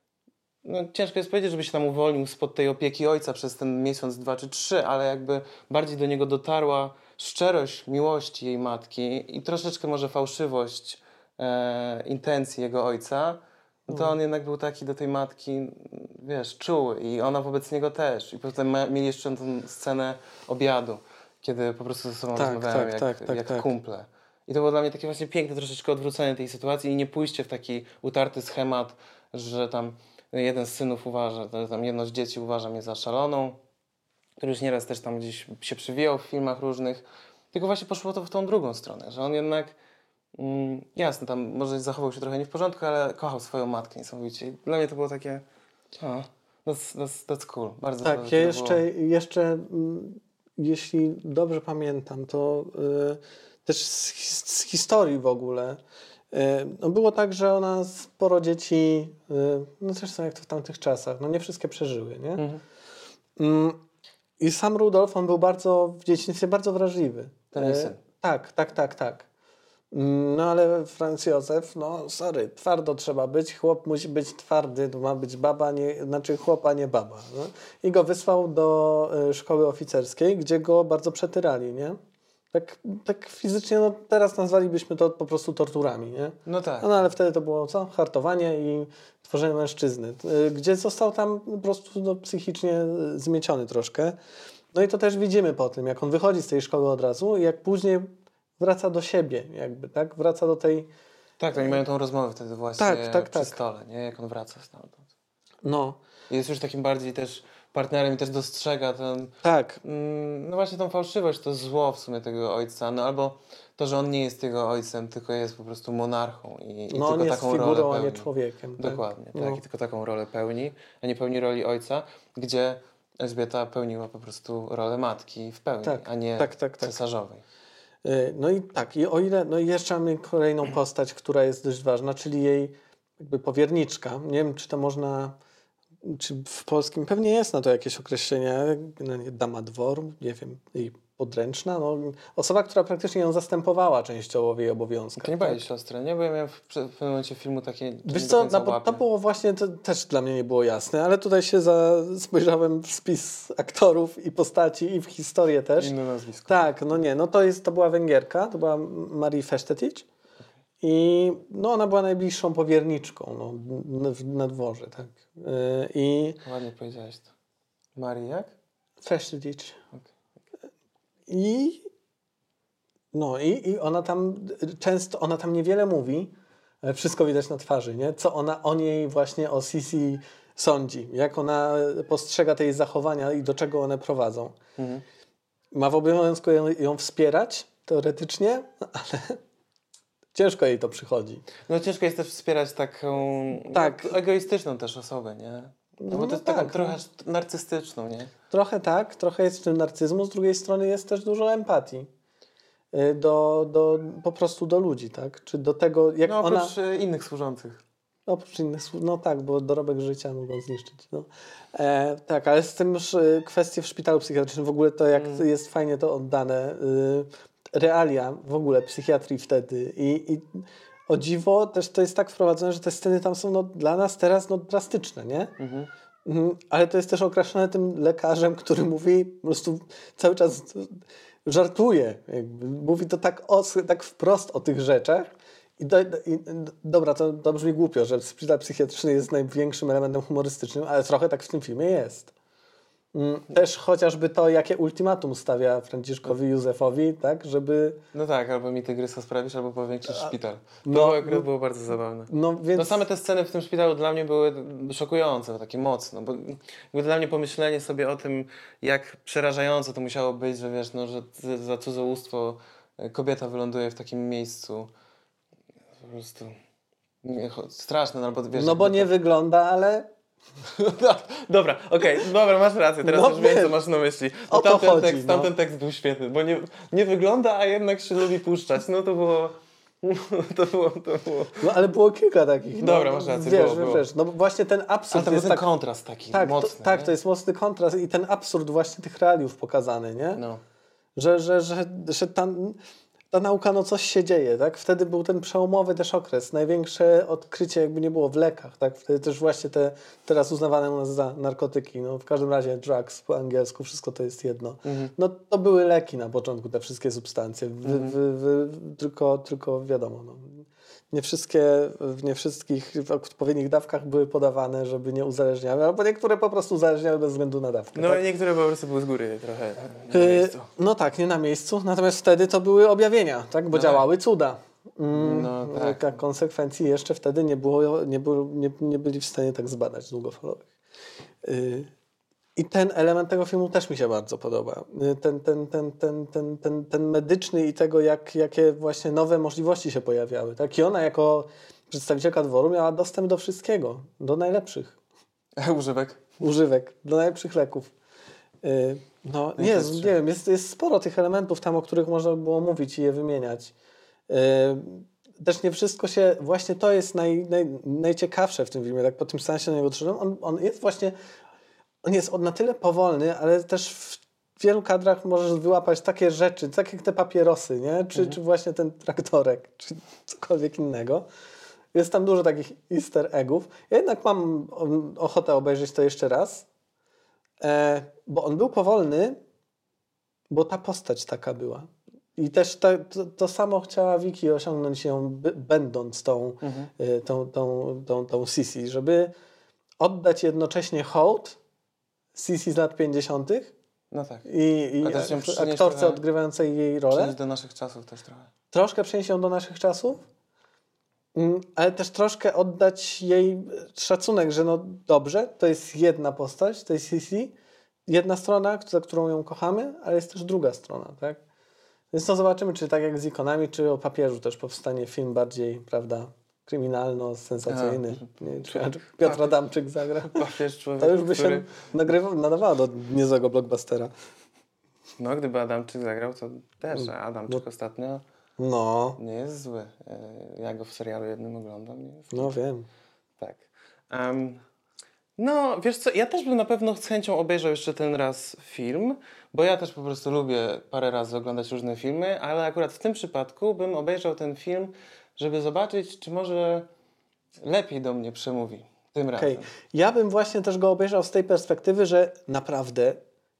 no ciężko jest powiedzieć, żeby się tam uwolnił spod tej opieki ojca przez ten miesiąc, dwa czy trzy, ale jakby bardziej do niego dotarła szczerość miłości jej matki i troszeczkę może fałszywość e, intencji jego ojca, no to on jednak był taki do tej matki, wiesz, czuły i ona wobec niego też. I potem ma, mieli jeszcze tę scenę obiadu, kiedy po prostu ze sobą Tak, rozmawiają tak, jak, tak, tak, jak tak. kumple. I to było dla mnie takie właśnie piękne troszeczkę odwrócenie tej sytuacji i nie pójście w taki utarty schemat, że tam jeden z synów uważa, to tam jedno z dzieci uważa mnie za szaloną, który już nieraz też tam gdzieś się przywijał w filmach różnych, tylko właśnie poszło to w tą drugą stronę, że on jednak mm, jasne, tam może zachował się trochę nie w porządku, ale kochał swoją matkę niesamowicie. I dla mnie to było takie, a, that's, that's, that's cool. Bardzo Tak, to, ja to jeszcze, było... jeszcze mm, jeśli dobrze pamiętam, to y, też z, his- z historii w ogóle. Y, no było tak, że ona sporo dzieci, y, no zresztą jak to w tamtych czasach, no nie wszystkie przeżyły, nie? Mhm. Mm, I sam Rudolf, on był bardzo w dzieciństwie bardzo wrażliwy. Ten jej Y, syn. Tak, tak, tak, tak. Mm, No ale Franz Józef, no sorry, twardo trzeba być, chłop musi być twardy, to ma być baba, nie, znaczy chłop, a nie baba. No? I go wysłał do y, szkoły oficerskiej, gdzie go bardzo przetyrali, nie? Tak, tak fizycznie, no teraz nazwalibyśmy to po prostu torturami, nie? No tak. No, no ale wtedy to było co? Hartowanie i tworzenie mężczyzny. Y, Gdzie został tam po prostu no, psychicznie y, zmieciony troszkę. No i to też widzimy po tym, jak on wychodzi z tej szkoły od razu i jak później wraca do siebie, jakby, tak? Wraca do tej... Tak, oni mają tą rozmowę wtedy właśnie Tak, tak, przy tak. stole, nie? Jak on wraca stamtąd. No, Jest już takim bardziej też partnerem i też dostrzega ten, tak. mm, no właśnie tą fałszywość, to zło w sumie tego ojca, no albo to, że on nie jest jego ojcem, tylko jest po prostu monarchą i, i No on tylko jest taką figurą, rolę a nie pełni. człowiekiem. Tak? Dokładnie, tak, No. i tylko taką rolę pełni, a nie pełni roli ojca, gdzie Elżbieta pełniła po prostu rolę matki w pełni, Tak, a nie tak, tak, tak. cesarzowej. Y, No i tak, i o ile, no i jeszcze mamy kolejną postać, która jest dość ważna, czyli jej jakby powierniczka. Nie wiem, czy to można, czy w polskim pewnie jest na to jakieś określenie, no nie, dama dworu, nie wiem, i podręczna, no, osoba, która praktycznie ją zastępowała częściowo w jej obowiązkach. To nie tak? była jej siostra, nie? Bo ja miałem w, w pewnym momencie filmu takie... Wiesz nie do co, końca no, bo łapię. to było właśnie, to też dla mnie nie było jasne, ale tutaj się za, spojrzałem w spis aktorów i postaci i w historię też. Inne nazwisko. Tak, no nie, no to jest, to była Węgierka, to była Marii Festetic i no ona była najbliższą powierniczką no, na, na dworze, tak. Yy, I Ładnie powiedziałeś to. Marii jak? Festetic. Okay. I no i, i ona tam często, ona tam niewiele mówi, ale wszystko widać na twarzy, nie? Co ona o niej właśnie, o Sisi sądzi, jak ona postrzega te jej zachowania i do czego one prowadzą. Mhm. Ma w obowiązku ją, ją wspierać, teoretycznie, ale ciężko jej to przychodzi. No ciężko jest też wspierać taką Tak. no, egoistyczną też osobę, nie? No, bo No to jest tak, taką no. trochę narcystyczną, nie? Trochę tak, trochę jest w tym narcyzmu, z drugiej strony jest też dużo empatii y, do, do, po prostu do ludzi, tak? Czy do tego, jak No ona... oprócz e, innych służących. Oprócz innych słów, no tak, bo dorobek życia mogą zniszczyć. No. E, tak, ale z tym już y, kwestie w szpitalu psychiatrycznym, w ogóle to jak Mm. jest fajnie to oddane, y, realia w ogóle psychiatrii wtedy i, i o dziwo też to jest tak wprowadzone, że te sceny tam są no, dla nas teraz no, drastyczne, nie? Mhm. Mhm, ale to jest też okraszone tym lekarzem, który mówi po prostu cały czas żartuje. Jakby. Mówi to tak, os, tak wprost o tych rzeczach. I, do, i dobra, to, to brzmi głupio, że szpital psychiatryczny jest największym elementem humorystycznym, ale trochę tak w tym filmie jest. Mm, Też chociażby to, jakie ultimatum stawia Franciszkowi Józefowi, tak, żeby... No tak, albo mi tygrysa sprawisz, albo powiększysz szpital. To no, akurat no- było bardzo zabawne. No więc... No same te sceny w tym szpitalu dla mnie były szokujące, takie mocno, bo jakby dla mnie pomyślenie sobie o tym, jak przerażające to musiało być, że wiesz, no, że z- za cudzołóstwo kobieta wyląduje w takim miejscu. Po prostu nie, cho- straszne, no bo wiesz... No bo jakby nie to- wygląda, ale... Dobra, okej, dobra, masz rację, teraz No już wiem, wiem. co masz na myśli. O Bo to tamten, chodzi, tekst, no. tamten tekst był świetny, bo nie, nie wygląda, a jednak się lubi puszczać. No to było... To było, to było... No ale było kilka takich. No, Dobra, masz rację, wiesz, było, wiesz, było. no bo właśnie ten Ale absurd tam jest jest ten tak... kontrast taki Tak, mocny. to, tak nie? to jest mocny kontrast i ten absurd właśnie tych realiów pokazany, nie? No. Że, że, że, że ta, ta nauka, no coś się dzieje, tak? Wtedy był ten przełomowy też okres, największe odkrycie jakby nie było w lekach, tak? Wtedy też właśnie te teraz uznawane u nas za narkotyki, no w każdym razie drugs po angielsku, wszystko to jest jedno. Mhm. No to były leki na początku, te wszystkie substancje, w, Mhm. w, w, tylko, tylko wiadomo, no. Nie wszystkie, w nie wszystkich w odpowiednich dawkach były podawane, żeby nie uzależniały, albo niektóre po prostu uzależniały bez względu na dawkę. No tak? i niektóre po prostu były z góry trochę na Yy, miejscu. No tak, nie na miejscu. Natomiast wtedy to były objawienia, tak? Bo No działały cuda. Mm, No tak. A konsekwencji jeszcze wtedy nie, było, nie, było, nie, nie byli w stanie tak zbadać długofalowych. Yy, I ten element tego filmu też mi się bardzo podoba. Yy, Ten, ten, ten, ten, ten, ten, ten medyczny i tego, jak, jakie właśnie nowe możliwości się pojawiały. Tak? I ona jako przedstawicielka dworu miała dostęp do wszystkiego, do najlepszych Używek. używek, do najlepszych leków. Yy, No No i jest, to jest nie wiem, jest, jest sporo tych elementów tam, o których można by było mówić i je wymieniać. Yy, Też nie wszystko się, właśnie to jest naj, naj, najciekawsze w tym filmie, tak po tym seansie na niego doszedłem. On, on jest właśnie, on jest na tyle powolny, ale też w wielu kadrach możesz wyłapać takie rzeczy, tak jak te papierosy, nie? Czy, Mhm. czy właśnie ten traktorek, czy cokolwiek innego. Jest tam dużo takich easter eggów. Ja jednak mam um, ochotę obejrzeć to jeszcze raz, e, bo on był powolny, bo ta postać taka była. I też to, to, to samo chciała Vicky osiągnąć ją, by, będąc tą, Mhm. y, tą, tą, tą, tą Sisi, żeby oddać jednocześnie hołd Sisi z lat pięćdziesiątych No tak. i, i A też ją ak- przynieść aktorce trochę- odgrywającej jej rolę. Przenieść do naszych czasów też trochę. Troszkę przenieść ją do naszych czasów, mm, ale też troszkę oddać jej szacunek, że no dobrze, to jest jedna postać, to jest Sisi, jedna strona, za którą ją kochamy, ale jest też druga strona, tak? Więc no zobaczymy, czy tak jak z ikonami, czy o papieżu też powstanie film bardziej, prawda, kryminalno-sensacyjny. Nie wiem, czy Piotr Adamczyk zagra. Papież człowiek, To już by który... się nagrywa, nadawało do niezłego blockbustera. No, gdyby Adamczyk zagrał, to też. A Adamczyk ostatnio No, nie jest zły. E, Ja go w serialu jednym oglądam. Nie? no wiem. Tak. Em, no, wiesz co, ja też bym na pewno z chęcią obejrzał jeszcze ten raz film, bo ja też po prostu lubię parę razy oglądać różne filmy, ale akurat w tym przypadku bym obejrzał ten film, żeby zobaczyć, czy może lepiej do mnie przemówi tym Okej. razem. Ja bym właśnie też go obejrzał z tej perspektywy, że naprawdę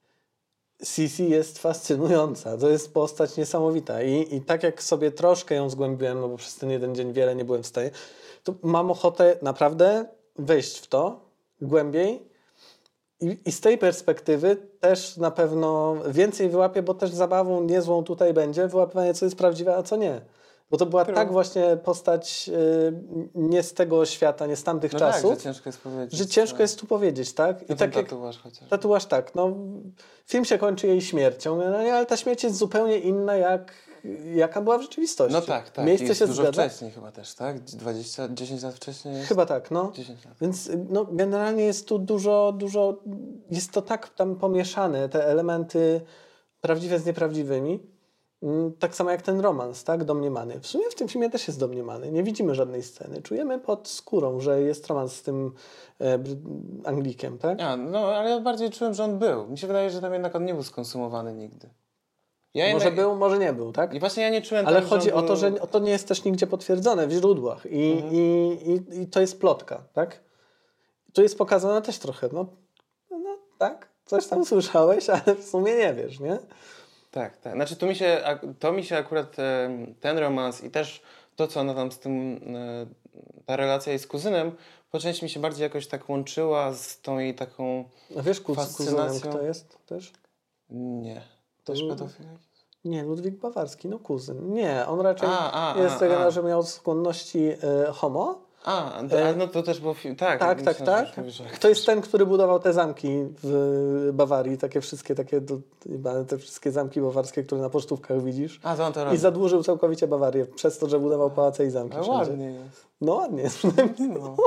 Sisi jest fascynująca. To jest postać niesamowita. I, I tak jak sobie troszkę ją zgłębiłem, no bo przez ten jeden dzień wiele nie byłem w stanie, to mam ochotę naprawdę wejść w to głębiej. I, I z tej perspektywy też na pewno więcej wyłapię, bo też zabawą niezłą tutaj będzie wyłapywanie, co jest prawdziwe, a co nie. Bo to była True. tak właśnie postać y, nie z tego świata, nie z tamtych No czasów, tak, że ciężko jest powiedzieć. że ciężko jest tu powiedzieć, tak? I I tak jak tatuaż chociaż. tatuaż tak, no film się kończy jej śmiercią, no, nie, ale ta śmierć jest zupełnie inna, jak, jaka była w rzeczywistości. No tak, tak. Miejsce jest się dużo zgadza. wcześniej chyba też, tak? dwadzieścia, dziesięć lat wcześniej jest? Chyba tak, no. dziesięć lat. Więc no, generalnie jest tu dużo, dużo, jest to tak tam pomieszane, te elementy prawdziwe z nieprawdziwymi. Mm, Tak samo jak ten romans, tak? Domniemany. W sumie w tym filmie też jest domniemany. Nie widzimy żadnej sceny. Czujemy pod skórą, że jest romans z tym e, Bry- Anglikiem, tak? A, no, ale ja bardziej czułem, że on był. Mi się wydaje, że tam jednak on nie był skonsumowany nigdy. Ja Może jednak... był, może nie był, tak? I właśnie ja nie czułem Ale tam, chodzi że on o to, był... że to nie jest też nigdzie potwierdzone w źródłach i, Mhm. i, i, i to jest plotka, tak? Tu jest pokazane też trochę, no, no tak, coś tam słyszałeś, ale w sumie nie wiesz, nie? Tak, tak. Znaczy to mi się, ak- to mi się akurat em, ten romans i też to, co ona tam z tym, e, ta relacja jej z kuzynem, po części mi się bardziej jakoś tak łączyła z tą jej taką... A wiesz, ku- z kuzynem Fascynacją. kto jest też? Nie. To Też był- pedofil jakiś? Nie, Ludwik Bawarski, no kuzyn. Nie, on raczej A, a, jest a, tego, a. że miał skłonności e, homo. A, to, E, a, no to też było film. Tak, Tak, tak, myślałem, że tak. już mówisz, że- To jest ten, który budował te zamki w Bawarii, takie wszystkie, takie do, chyba te wszystkie zamki bawarskie, które na pocztówkach widzisz. A, to on to I robi. zadłużył całkowicie Bawarię przez to, że budował pałace i zamki A wszędzie. ładnie jest. No ładnie. No.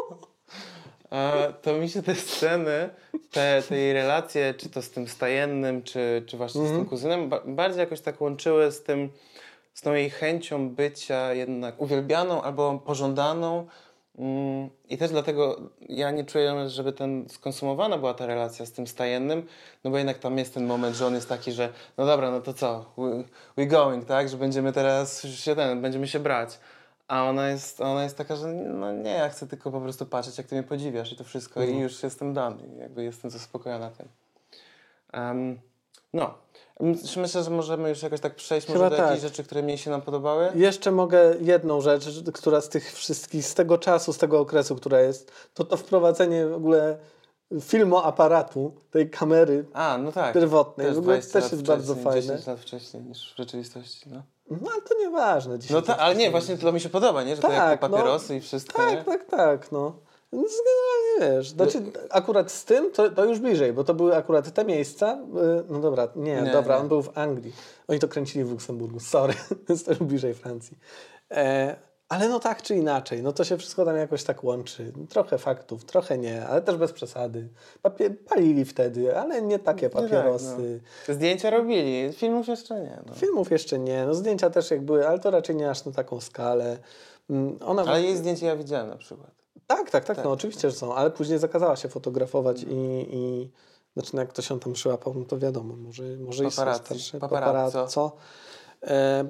A, to mi się te sceny, te, te jej relacje, czy to z tym stajennym, czy, czy właśnie z tym Mhm. kuzynem, ba- bardziej jakoś tak łączyły z tym, z tą jej chęcią bycia jednak uwielbianą albo pożądaną. Mm, I też dlatego ja nie czuję, żeby ten skonsumowana była ta relacja z tym stajennym, no bo jednak tam jest ten moment, że on jest taki, że no dobra, no to co, we, we going, tak, że będziemy teraz się ten, będziemy się brać. A ona jest, ona jest taka, że no nie, ja chcę tylko po prostu patrzeć, jak ty mnie podziwiasz i to wszystko Mhm. i już jestem dany, jakby jestem zaspokojona tym. Um, no, myślę, że możemy już jakoś tak przejść może Chyba do tak. jakichś rzeczy, które mniej się nam podobały. Jeszcze mogę jedną rzecz, która z tych wszystkich, z tego czasu, z tego okresu, która jest, to to wprowadzenie w ogóle filmoaparatu, tej kamery A, no tak. pierwotnej. W ogóle dwadzieścia też lat jest bardzo wcześniej, fajne. dziesięć lat wcześniej niż w rzeczywistości, no. No ale to nieważne. No dziesięć tak, lat ale nie, wcześniej. właśnie to mi się podoba, nie? Że to Tak, jak te no. papierosy i wszystko, nie? Tak, tak, tak, no. Więc generalnie wiesz, znaczy akurat z tym to, to już bliżej, bo to były akurat te miejsca, y, no dobra, nie, Nie, dobra, nie. on był w Anglii. Oni to kręcili w Luksemburgu, sorry, jest też bliżej Francji. E, ale no tak czy inaczej, no to się wszystko tam jakoś tak łączy. Trochę faktów, trochę nie, ale też bez przesady. Papie- palili wtedy, ale nie takie Nie tak, papierosy. no. Zdjęcia robili, filmów jeszcze nie, no. Filmów jeszcze nie, no zdjęcia też jak były, ale to raczej nie aż na taką skalę. Mm, Ona Ale jej zdjęcia ja widziałem na przykład. Tak, tak, tak, Tak, no oczywiście, że są, ale później zakazała się fotografować i, i znaczy no jak ktoś się tam przyłapał, no to wiadomo, może, może i są Paparazzi, starsze. paparazzo. Co? E,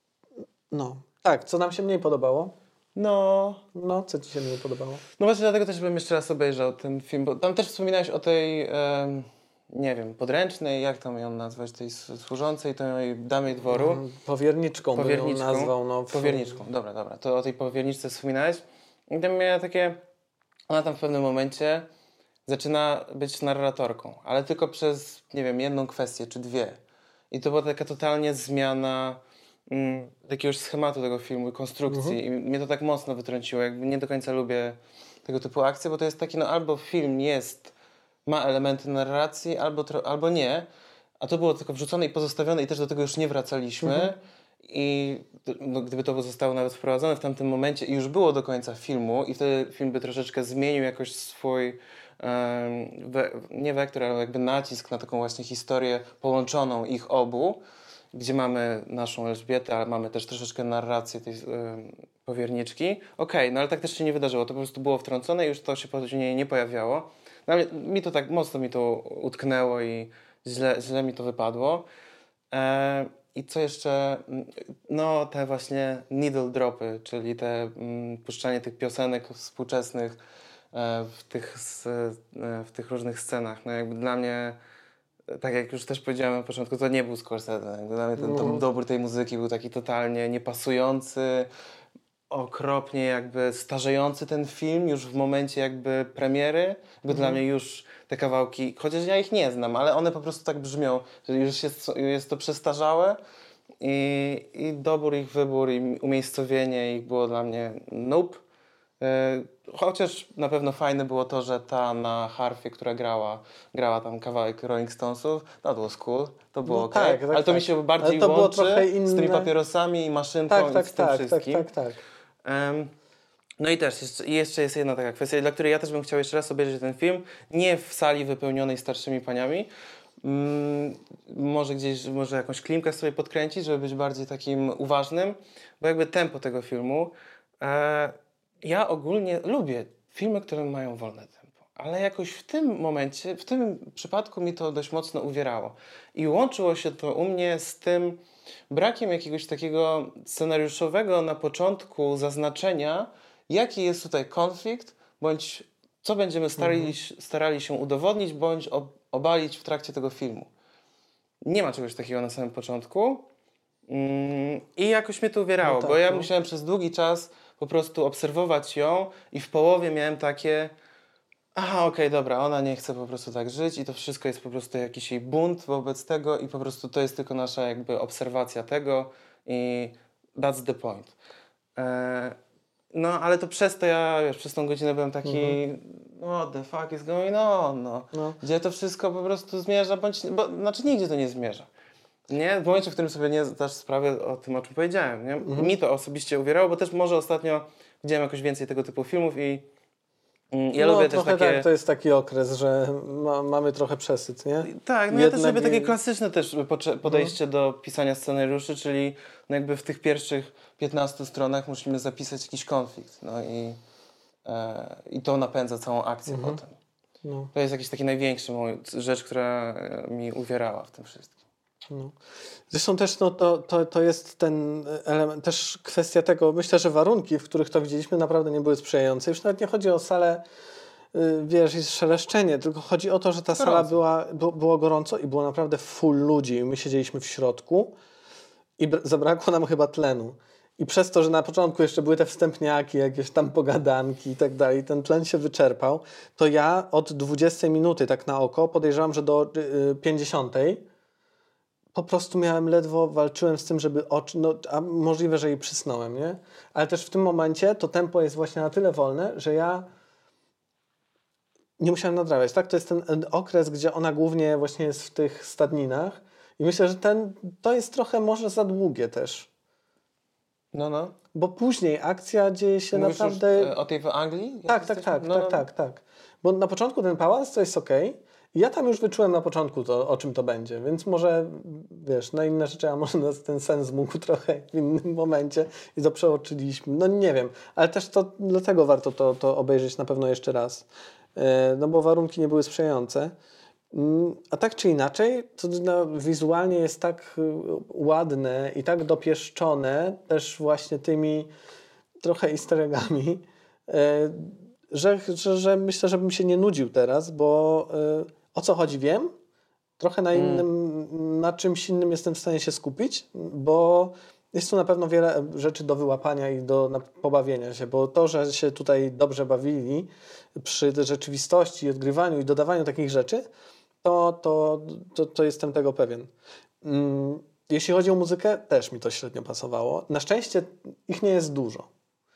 no, tak, co nam się mniej podobało? No, No, co ci się mniej podobało? no właśnie dlatego też bym jeszcze raz obejrzał ten film, bo tam też wspominałeś o tej, em, nie wiem, podręcznej, jak tam ją nazwać, tej służącej, tej damie dworu. Mm, Powierniczką, Powierniczką. bym ją nazwał. No, w... Powierniczką, dobra, dobra. To o tej powierniczce wspominałeś. I tam miała takie... Ona tam w pewnym momencie zaczyna być narratorką, ale tylko przez, nie wiem, jedną kwestię czy dwie. I to była taka totalnie zmiana mm, jakiegoś schematu tego filmu i konstrukcji. Mhm. I mnie to tak mocno wytrąciło. Jakby nie do końca lubię tego typu akcje, bo to jest taki, no albo film jest, ma elementy narracji, albo, tro, albo nie. A to było tylko wrzucone i pozostawione i też do tego już nie wracaliśmy. Mhm. I no, gdyby to zostało nawet wprowadzone w tamtym momencie i już było do końca filmu i wtedy film by troszeczkę zmienił jakoś swój um, we, nie wektor, ale jakby nacisk na taką właśnie historię połączoną ich obu, gdzie mamy naszą Elżbietę, ale mamy też troszeczkę narrację tej um, powierniczki. Okej, okay, no ale tak też się nie wydarzyło. To po prostu było wtrącone i już to się później nie pojawiało. No, ale mi to tak mocno mi to utknęło i źle, źle mi to wypadło. E, I co jeszcze? No te właśnie needle dropy, czyli te mm, puszczanie tych piosenek współczesnych e, w, tych, s, e, w tych różnych scenach. No jakby dla mnie, tak jak już też powiedziałem na początku, to nie był Scorsese. Jakby dla mnie ten, ten dobór tej muzyki był taki totalnie niepasujący, okropnie jakby starzejący ten film już w momencie jakby premiery. Jakby mm. dla mnie już te kawałki, chociaż ja ich nie znam, ale one po prostu tak brzmią, że już jest, jest to przestarzałe i, i dobór ich wybór i umiejscowienie ich było dla mnie nope. Yy, chociaż na pewno fajne było to, że ta na harfie, która grała, grała tam kawałek Rolling Stonesów, that was cool, to było no okej, tak, tak, ale to tak. mi się bardziej to łączy było inne... z tymi papierosami i maszynką tak, i tak, z tym tak, wszystkim. Tak, tak, tak. Um, no i też jeszcze, jeszcze jest jedna taka kwestia, dla której ja też bym chciał jeszcze raz obejrzeć ten film, nie w sali wypełnionej starszymi paniami, mm, może gdzieś, może jakąś klimkę sobie podkręcić, żeby być bardziej takim uważnym, bo jakby tempo tego filmu, e, ja ogólnie lubię filmy, które mają wolne tempo, ale jakoś w tym momencie, w tym przypadku mi to dość mocno uwierało i łączyło się to u mnie z tym brakiem jakiegoś takiego scenariuszowego na początku zaznaczenia, jaki jest tutaj konflikt, bądź co będziemy starali, mhm. starali się udowodnić, bądź ob- obalić w trakcie tego filmu. Nie ma czegoś takiego na samym początku mm, i jakoś mnie to uwierało, no tak, bo ja no. musiałem przez długi czas po prostu obserwować ją i w połowie miałem takie aha, okej, okay, dobra, ona nie chce po prostu tak żyć i to wszystko jest po prostu jakiś jej bunt wobec tego i po prostu to jest tylko nasza jakby obserwacja tego i that's the point. Eee, no, ale to przez to ja, wiesz, przez tą godzinę byłem taki mm-hmm. what the fuck is going on, no. no. Gdzie to wszystko po prostu zmierza, bądź, bo, znaczy nigdzie to nie zmierza. Nie? W momencie, w którym sobie nie zdasz sprawy o tym, o czym powiedziałem, nie? Mm-hmm. Mi to osobiście uwierało, bo też może ostatnio widziałem jakoś więcej tego typu filmów i ja no, lubię trochę też takie... tak, to jest taki okres, że ma, mamy trochę przesyt, nie? Tak, no Jednak... ja też lubię takie klasyczne też podejście mm. do pisania scenariuszy, czyli no jakby w tych pierwszych piętnastu stronach musimy zapisać jakiś konflikt, no i, e, i to napędza całą akcję mm-hmm. potem. No. To jest jakiś taki największy mój, rzecz, która mi uwierała w tym wszystkim. No. Zresztą też no, to, to, to jest ten element, też kwestia tego, myślę, że warunki, w których to widzieliśmy, naprawdę nie były sprzyjające. Już nawet nie chodzi o salę, yy, wiesz, i szeleszczenie, tylko chodzi o to, że ta gorąco. sala była, bu, było gorąco i było naprawdę full ludzi. My siedzieliśmy w środku i br- zabrakło nam chyba tlenu. I przez to, że na początku jeszcze były te wstępniaki, jakieś tam pogadanki i tak dalej, ten tlen się wyczerpał, to ja od dwudziestej minuty tak na oko podejrzewam, że do yy, pięćdziesiątej po prostu miałem ledwo, walczyłem z tym, żeby oczy, no a możliwe, że i przysnąłem, nie? Ale też w tym momencie to tempo jest właśnie na tyle wolne, że ja nie musiałem nadrabiać, tak? To jest ten okres, gdzie ona głównie właśnie jest w tych stadninach i myślę, że ten, to jest trochę może za długie też. No, no. Bo później akcja dzieje się Mówisz naprawdę... Już, o tej w Anglii? Tak, tak, tak, no, tak, no. tak, tak. Bo na początku ten pałac to jest okej, okay. Ja tam już wyczułem na początku to, o czym to będzie, więc może, wiesz, na inne rzeczy, a może nas ten sens mógł trochę w innym momencie i to przeoczyliśmy. No nie wiem, ale też to dlatego warto to, to obejrzeć na pewno jeszcze raz, no bo warunki nie były sprzyjające. A tak czy inaczej, to no, wizualnie jest tak ładne i tak dopieszczone też właśnie tymi trochę easter eggami, że, że, że myślę, żebym się nie nudził teraz, bo o co chodzi wiem, Trochę na innym, na czymś innym jestem w stanie się skupić, bo jest tu na pewno wiele rzeczy do wyłapania i do na, pobawienia się, bo to, że się tutaj dobrze bawili przy rzeczywistości, odgrywaniu i dodawaniu takich rzeczy, to, to, to, to jestem tego pewien. Mm, jeśli chodzi o muzykę, też mi to średnio pasowało. Na szczęście ich nie jest dużo.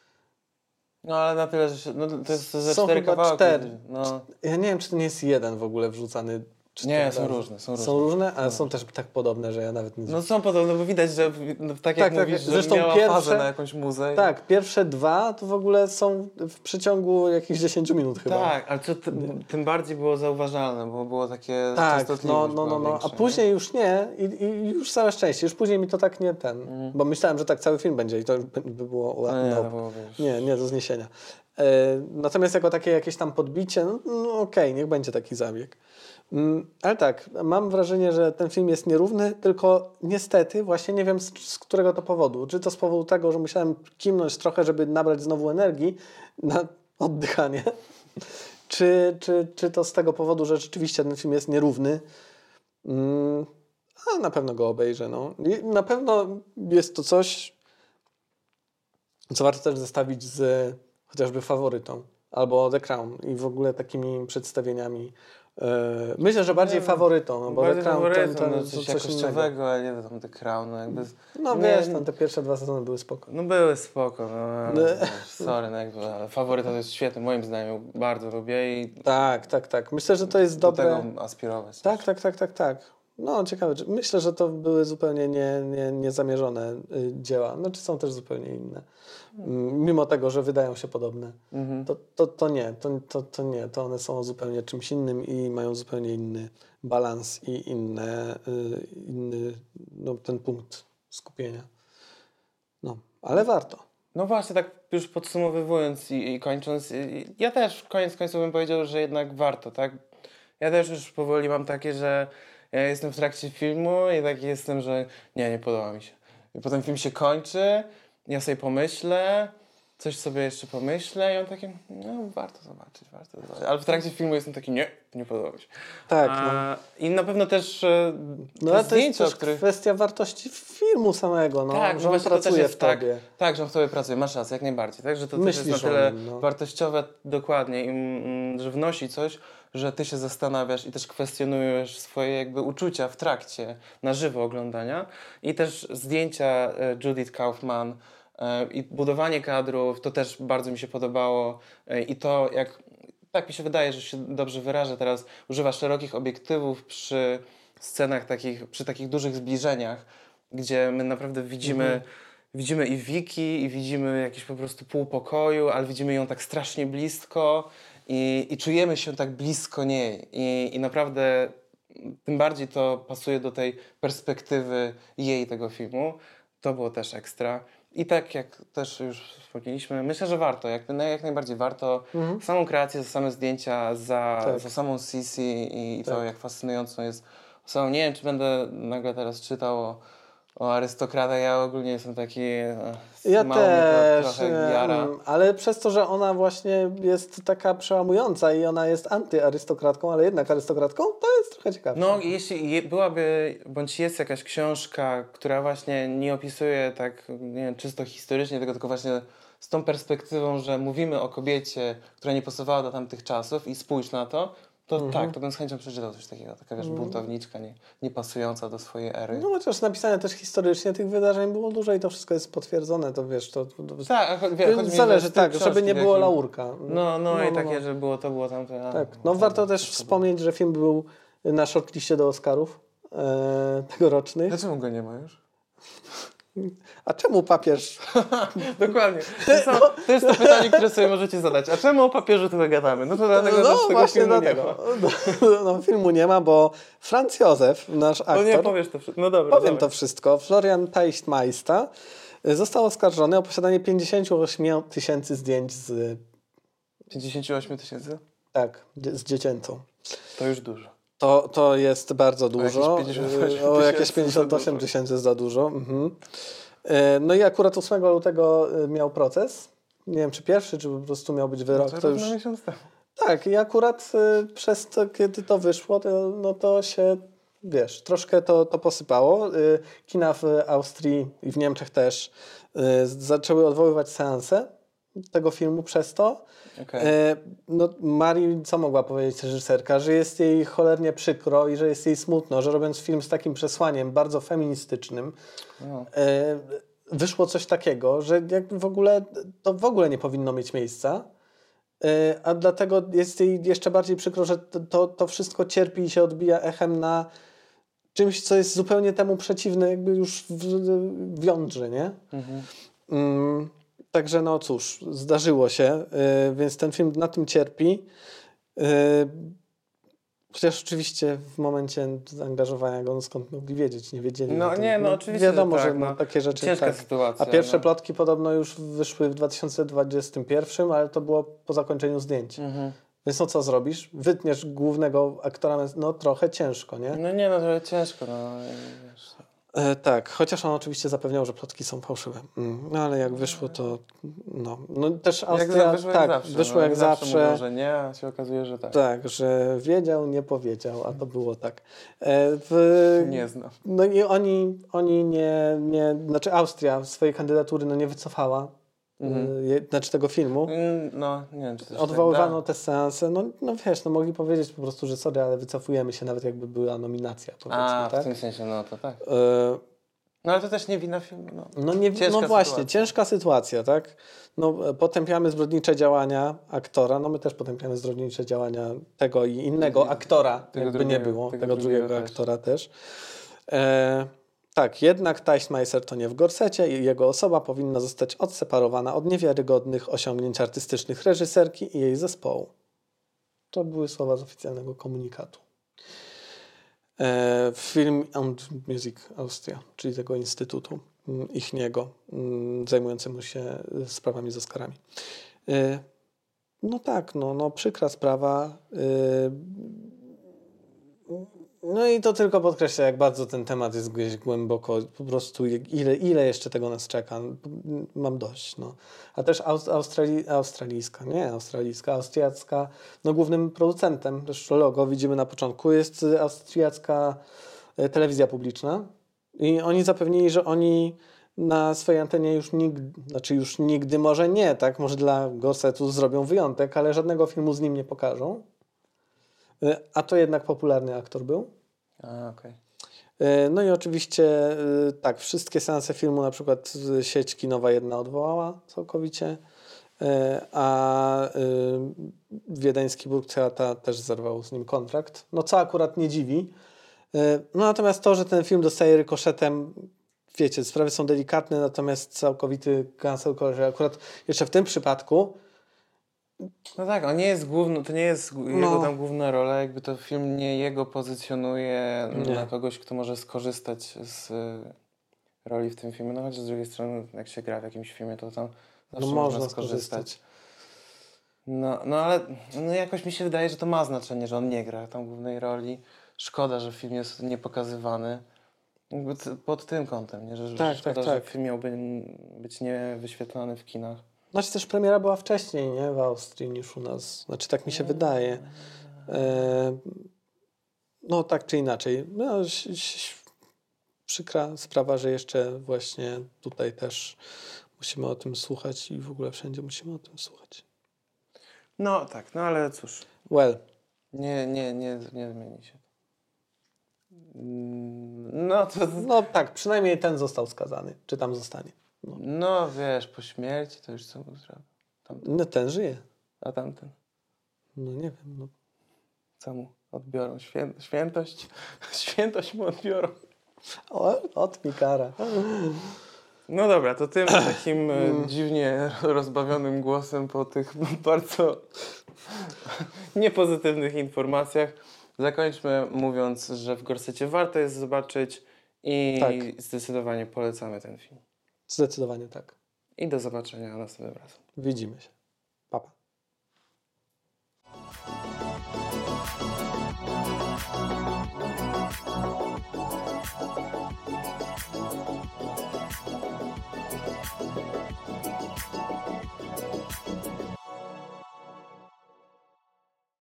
No ale na tyle, że się, no, to jest ze Są cztery chyba kawałki. cztery. No. Ja nie wiem, czy to nie jest jeden w ogóle wrzucany. Nie, są różne, są różne. Są różne, ale No. są też tak podobne, że ja nawet nie... No są podobne, bo widać, że no, tak jak Tak, tak, mówisz, że zresztą miała pierwsze- fazę na jakąś muzę. Tak, pierwsze dwa to w ogóle są w przeciągu jakichś dziesięciu minut chyba. Tak, ale co tym, tym bardziej było zauważalne, bo było takie Tak, częstotliwość no, no, no, była no. A większa, później już nie i, i już całe szczęście. Już później mi to tak nie ten, Mm. bo myślałem, że tak cały film będzie i to by by było... nie? No nie, no, to było, wiesz. nie, nie do zniesienia. E, natomiast jako takie jakieś tam podbicie, no, no okej, niech będzie taki zabieg. Mm, ale tak, mam wrażenie, że ten film jest nierówny, tylko niestety właśnie nie wiem z, z którego to powodu. Czy to z powodu tego, że musiałem kimnąć trochę, żeby nabrać znowu energii na oddychanie, czy, czy, czy to z tego powodu, że rzeczywiście ten film jest nierówny. Mm, a na pewno go obejrzę. No. I na pewno jest to coś, co warto też zestawić z chociażby Faworytą albo The Crown i w ogóle takimi przedstawieniami. E, myślę, że bardziej Nie, Faworytą, no, bo The Bardziej Crown to, faworytem, to, no, to coś, coś innego. jakościowego, ale nie tam The Crown, no jakby... No nie, wiesz, nie- tam te pierwsze dwa sezony były spoko. No były spoko, no ale No. wiesz, sorry, no jakby, ale Faworyta to jest świetny, moim zdaniem, bardzo lubię i Tak, tak, tak. Myślę, że to jest do dobre. tego aspirować. Tak, tak, tak, tak, tak. No ciekawe. czy- Myślę, że to były zupełnie nie, nie, niezamierzone y, dzieła. Znaczy są też zupełnie inne. Mm, Mimo tego, że wydają się podobne. Mhm. To, to, to nie, to, to, to nie. To one są zupełnie czymś innym i mają zupełnie inny balans i inne, y, inny no, ten punkt skupienia. No, ale warto. No właśnie, tak już podsumowywując i, i kończąc, i, ja też koniec końców bym powiedział, że jednak warto, tak? Ja też już powoli mam takie, że ja jestem w trakcie filmu i taki jestem, że nie, nie podoba mi się. I potem film się kończy, ja sobie pomyślę, coś sobie jeszcze pomyślę i on taki, no warto zobaczyć, warto zobaczyć. Ale w trakcie filmu jestem taki, nie, nie podoba mi się. Tak, no. A, I na pewno też e, No te ale to jest zdjęcia, też o których... kwestia wartości filmu samego, no, Tak, że no on właśnie to też pracuje jest w tak, tobie. tak, że on w tobie pracuje, masz rację, jak najbardziej, tak, że to Myślisz też jest na o tyle nim, no. wartościowe, dokładnie, i, mm, że wnosi coś, że ty się zastanawiasz i też kwestionujesz swoje jakby uczucia w trakcie, na żywo oglądania i też zdjęcia e, Judith Kaufman e, i budowanie kadrów, to też bardzo mi się podobało e, i to jak, tak mi się wydaje, że się dobrze wyrażę teraz, używa szerokich obiektywów przy scenach takich, przy takich dużych zbliżeniach, gdzie my naprawdę widzimy, Mhm. widzimy i Wiki, i widzimy jakieś po prostu pół pokoju, ale widzimy ją tak strasznie blisko i, i czujemy się tak blisko niej. I, I naprawdę tym bardziej to pasuje do tej perspektywy jej tego filmu. To było też ekstra. I tak jak też już wspomnieliśmy, myślę, że warto, jak, jak najbardziej warto. Mhm. Samą kreację, za same zdjęcia, za, Tak. za samą Sisi i, i to, Tak. jak fascynującą jest osobą. Nie wiem, czy będę nagle teraz czytał o, o arystokratach. Ja ogólnie jestem taki... e, Ja mało mnie też, to trochę jara. em, ale przez to, że ona właśnie jest taka przełamująca i ona jest antyarystokratką, ale jednak arystokratką, to jest trochę ciekawe. No, jeśli je, byłaby, bądź jest jakaś książka, która właśnie nie opisuje tak, nie wiem, czysto historycznie tego, tylko właśnie z tą perspektywą, że mówimy o kobiecie, która nie pasowała do tamtych czasów i spójrz na to, to Mhm. tak, to bym z chęcią przeczytał coś takiego. Taka, wiesz, buntowniczka, nie, nie pasująca do swojej ery. No chociaż napisane też historycznie tych wydarzeń było dużo i to wszystko jest potwierdzone, to wiesz, to, to, to Tak, a cho- wie, to chodzi mi, zależy, że styl tak, żeby książki nie w było jakim- laurka. No, no, i no, takie, no. że było to, było tamte. A, Tak, no warto też to- wspomnieć, że film był na shortliście do Oscarów e, tegorocznych. Dlaczego go nie ma już? A czemu papież? Dokładnie. To, są, to jest to pytanie, które sobie możecie zadać. A czemu o papieżu tyle gadamy? No to dlatego, że No z tego właśnie filmu dlatego. nie ma. No, no, filmu nie ma, bo Franz Józef, nasz No nie aktor, powiesz to wszystko. No dobra. powiem dobra. to wszystko, Florian Teichtmeister został oskarżony o posiadanie pięćdziesiąt osiem tysięcy zdjęć z, pięćdziesiąt osiem tysięcy? tak, dzie- z dziecięcą. To już dużo. To, to jest bardzo dużo. jakieś pięćdziesiąt osiem O jakieś tysięcy pięćdziesiąt osiem za dużo. tysięcy za dużo. Mhm. E, No i akurat ósmego lutego e, miał proces. Nie wiem, czy pierwszy, czy po prostu miał być wyrok. To, To już... miesiąc temu. Tak, i akurat e, przez to, kiedy to wyszło, to, no to się wiesz, troszkę to, to posypało. Y, kina w Austrii i w Niemczech też y, zaczęły odwoływać seanse tego filmu przez to. Okay. Y, no, Marii, co mogła powiedzieć reżyserka? Że jest jej cholernie przykro i że jest jej smutno, że robiąc film z takim przesłaniem bardzo feministycznym, no. y, wyszło coś takiego, że jakby w ogóle to w ogóle nie powinno mieć miejsca. A dlatego jest jej jeszcze bardziej przykro, że to, to wszystko cierpi i się odbija echem na czymś, co jest zupełnie temu przeciwne, jakby już w, w jądrze, nie? Mhm. Mm, także no cóż, zdarzyło się, y, więc ten film na tym cierpi. Y, chociaż oczywiście w momencie zaangażowania go, no skąd mogli wiedzieć, nie wiedzieli. No to, nie, no, no oczywiście, wiadomo, że, tak, że no, no, takie rzeczy... Ciężka tak. sytuacja. A pierwsze no. plotki podobno już wyszły w dwa tysiące dwudziestym pierwszym, ale to było po zakończeniu zdjęć. Mhm. Więc no co zrobisz? Wytniesz głównego aktora, no trochę ciężko, nie? No nie, no trochę ciężko, no wiesz. E, tak, chociaż on oczywiście zapewniał, że plotki są fałszywe. Mm, no ale jak wyszło, to no, no też Austria, jak wyszło tak, jak zawsze, wyszło no, jak, jak zawsze, zawsze mówią, że nie, a się okazuje, że tak. Tak, że wiedział, nie powiedział, a to było tak. E, w, nie znam. No i oni, oni nie, nie, znaczy Austria swojej kandydatury no nie wycofała. Mhm. Je, znaczy tego filmu. No, nie wiem, czy też odwoływano tak te seanse. No, no wiesz, no mogli powiedzieć po prostu, że sorry, ale wycofujemy się, nawet jakby była nominacja. A, tak? w tym sensie, no to tak. E, no ale to też nie wina filmu. No, no, nie, no właśnie, sytuacja. ciężka sytuacja, tak? No, potępiamy zbrodnicze działania aktora, no my też potępiamy zbrodnicze działania tego i innego I, aktora, tego jakby drugiego, nie było, tego, tego drugiego, drugiego też. aktora też. E, Tak, jednak Teichmeiser to nie w gorsecie i jego osoba powinna zostać odseparowana od niewiarygodnych osiągnięć artystycznych reżyserki i jej zespołu. To były słowa z oficjalnego komunikatu. E, Film and Music Austria, czyli tego instytutu ichniego, zajmującemu się sprawami z Oscarami. E, no tak, no, no przykra sprawa. E, No i to tylko podkreśla, jak bardzo ten temat jest gdzieś głęboko, po prostu ile, ile jeszcze tego nas czeka. Mam dość. No. A też Australi, australijska, nie australijska, austriacka, no głównym producentem, też logo widzimy na początku, jest austriacka telewizja publiczna i oni zapewnili, że oni na swojej antenie już nigdy, znaczy już nigdy może nie, tak, może dla Gorsetu zrobią wyjątek, ale żadnego filmu z nim nie pokażą. A to jednak popularny aktor był. A, okay. No i oczywiście tak, wszystkie seanse filmu, na przykład sieć kinowa jedna odwołała całkowicie, a wiedeński Burgtheater też zerwał z nim kontrakt. No co akurat nie dziwi. No natomiast to, że ten film dostaje rykoszetem, wiecie, sprawy są delikatne, natomiast całkowity cancel culture akurat jeszcze w tym przypadku. No tak, on nie jest główny, to nie jest jego no. tam główna rola, jakby to film nie jego pozycjonuje nie. na kogoś, kto może skorzystać z roli w tym filmie, no chociaż z drugiej strony, jak się gra w jakimś filmie, to tam zawsze no można, można skorzystać. skorzystać. No, no ale no jakoś mi się wydaje, że to ma znaczenie, że on nie gra tam głównej roli. Szkoda, że film jest niepokazywany. Jakby pod tym kątem, nie? Że tak, szkoda, tak, że tak. film miałby być nie wyświetlany w kinach. Znaczy też premiera była wcześniej, nie? W Austrii niż u nas. Znaczy tak mi się wydaje. E, no tak czy inaczej. No, ś, ś, przykra sprawa, że jeszcze właśnie tutaj też musimy o tym słuchać i w ogóle wszędzie musimy o tym słuchać. No tak, no ale cóż. Well. Nie, nie, nie, nie zmieni się. No to... No tak, przynajmniej ten został skazany. Czy tam zostanie. No, no wiesz, po śmierci to już co mu zrobią. Tamten. No ten żyje. A tamten? No nie wiem. No. Co mu odbiorą? Świę... Świętość? Świętość mu odbiorą. O, od mi kara. No dobra, to tym takim mm. dziwnie rozbawionym głosem po tych bardzo niepozytywnych informacjach zakończmy mówiąc, że w Gorsecie warto jest zobaczyć i tak. zdecydowanie polecamy ten film. Zdecydowanie tak. I do zobaczenia następnym razem. Widzimy się. Pa, pa.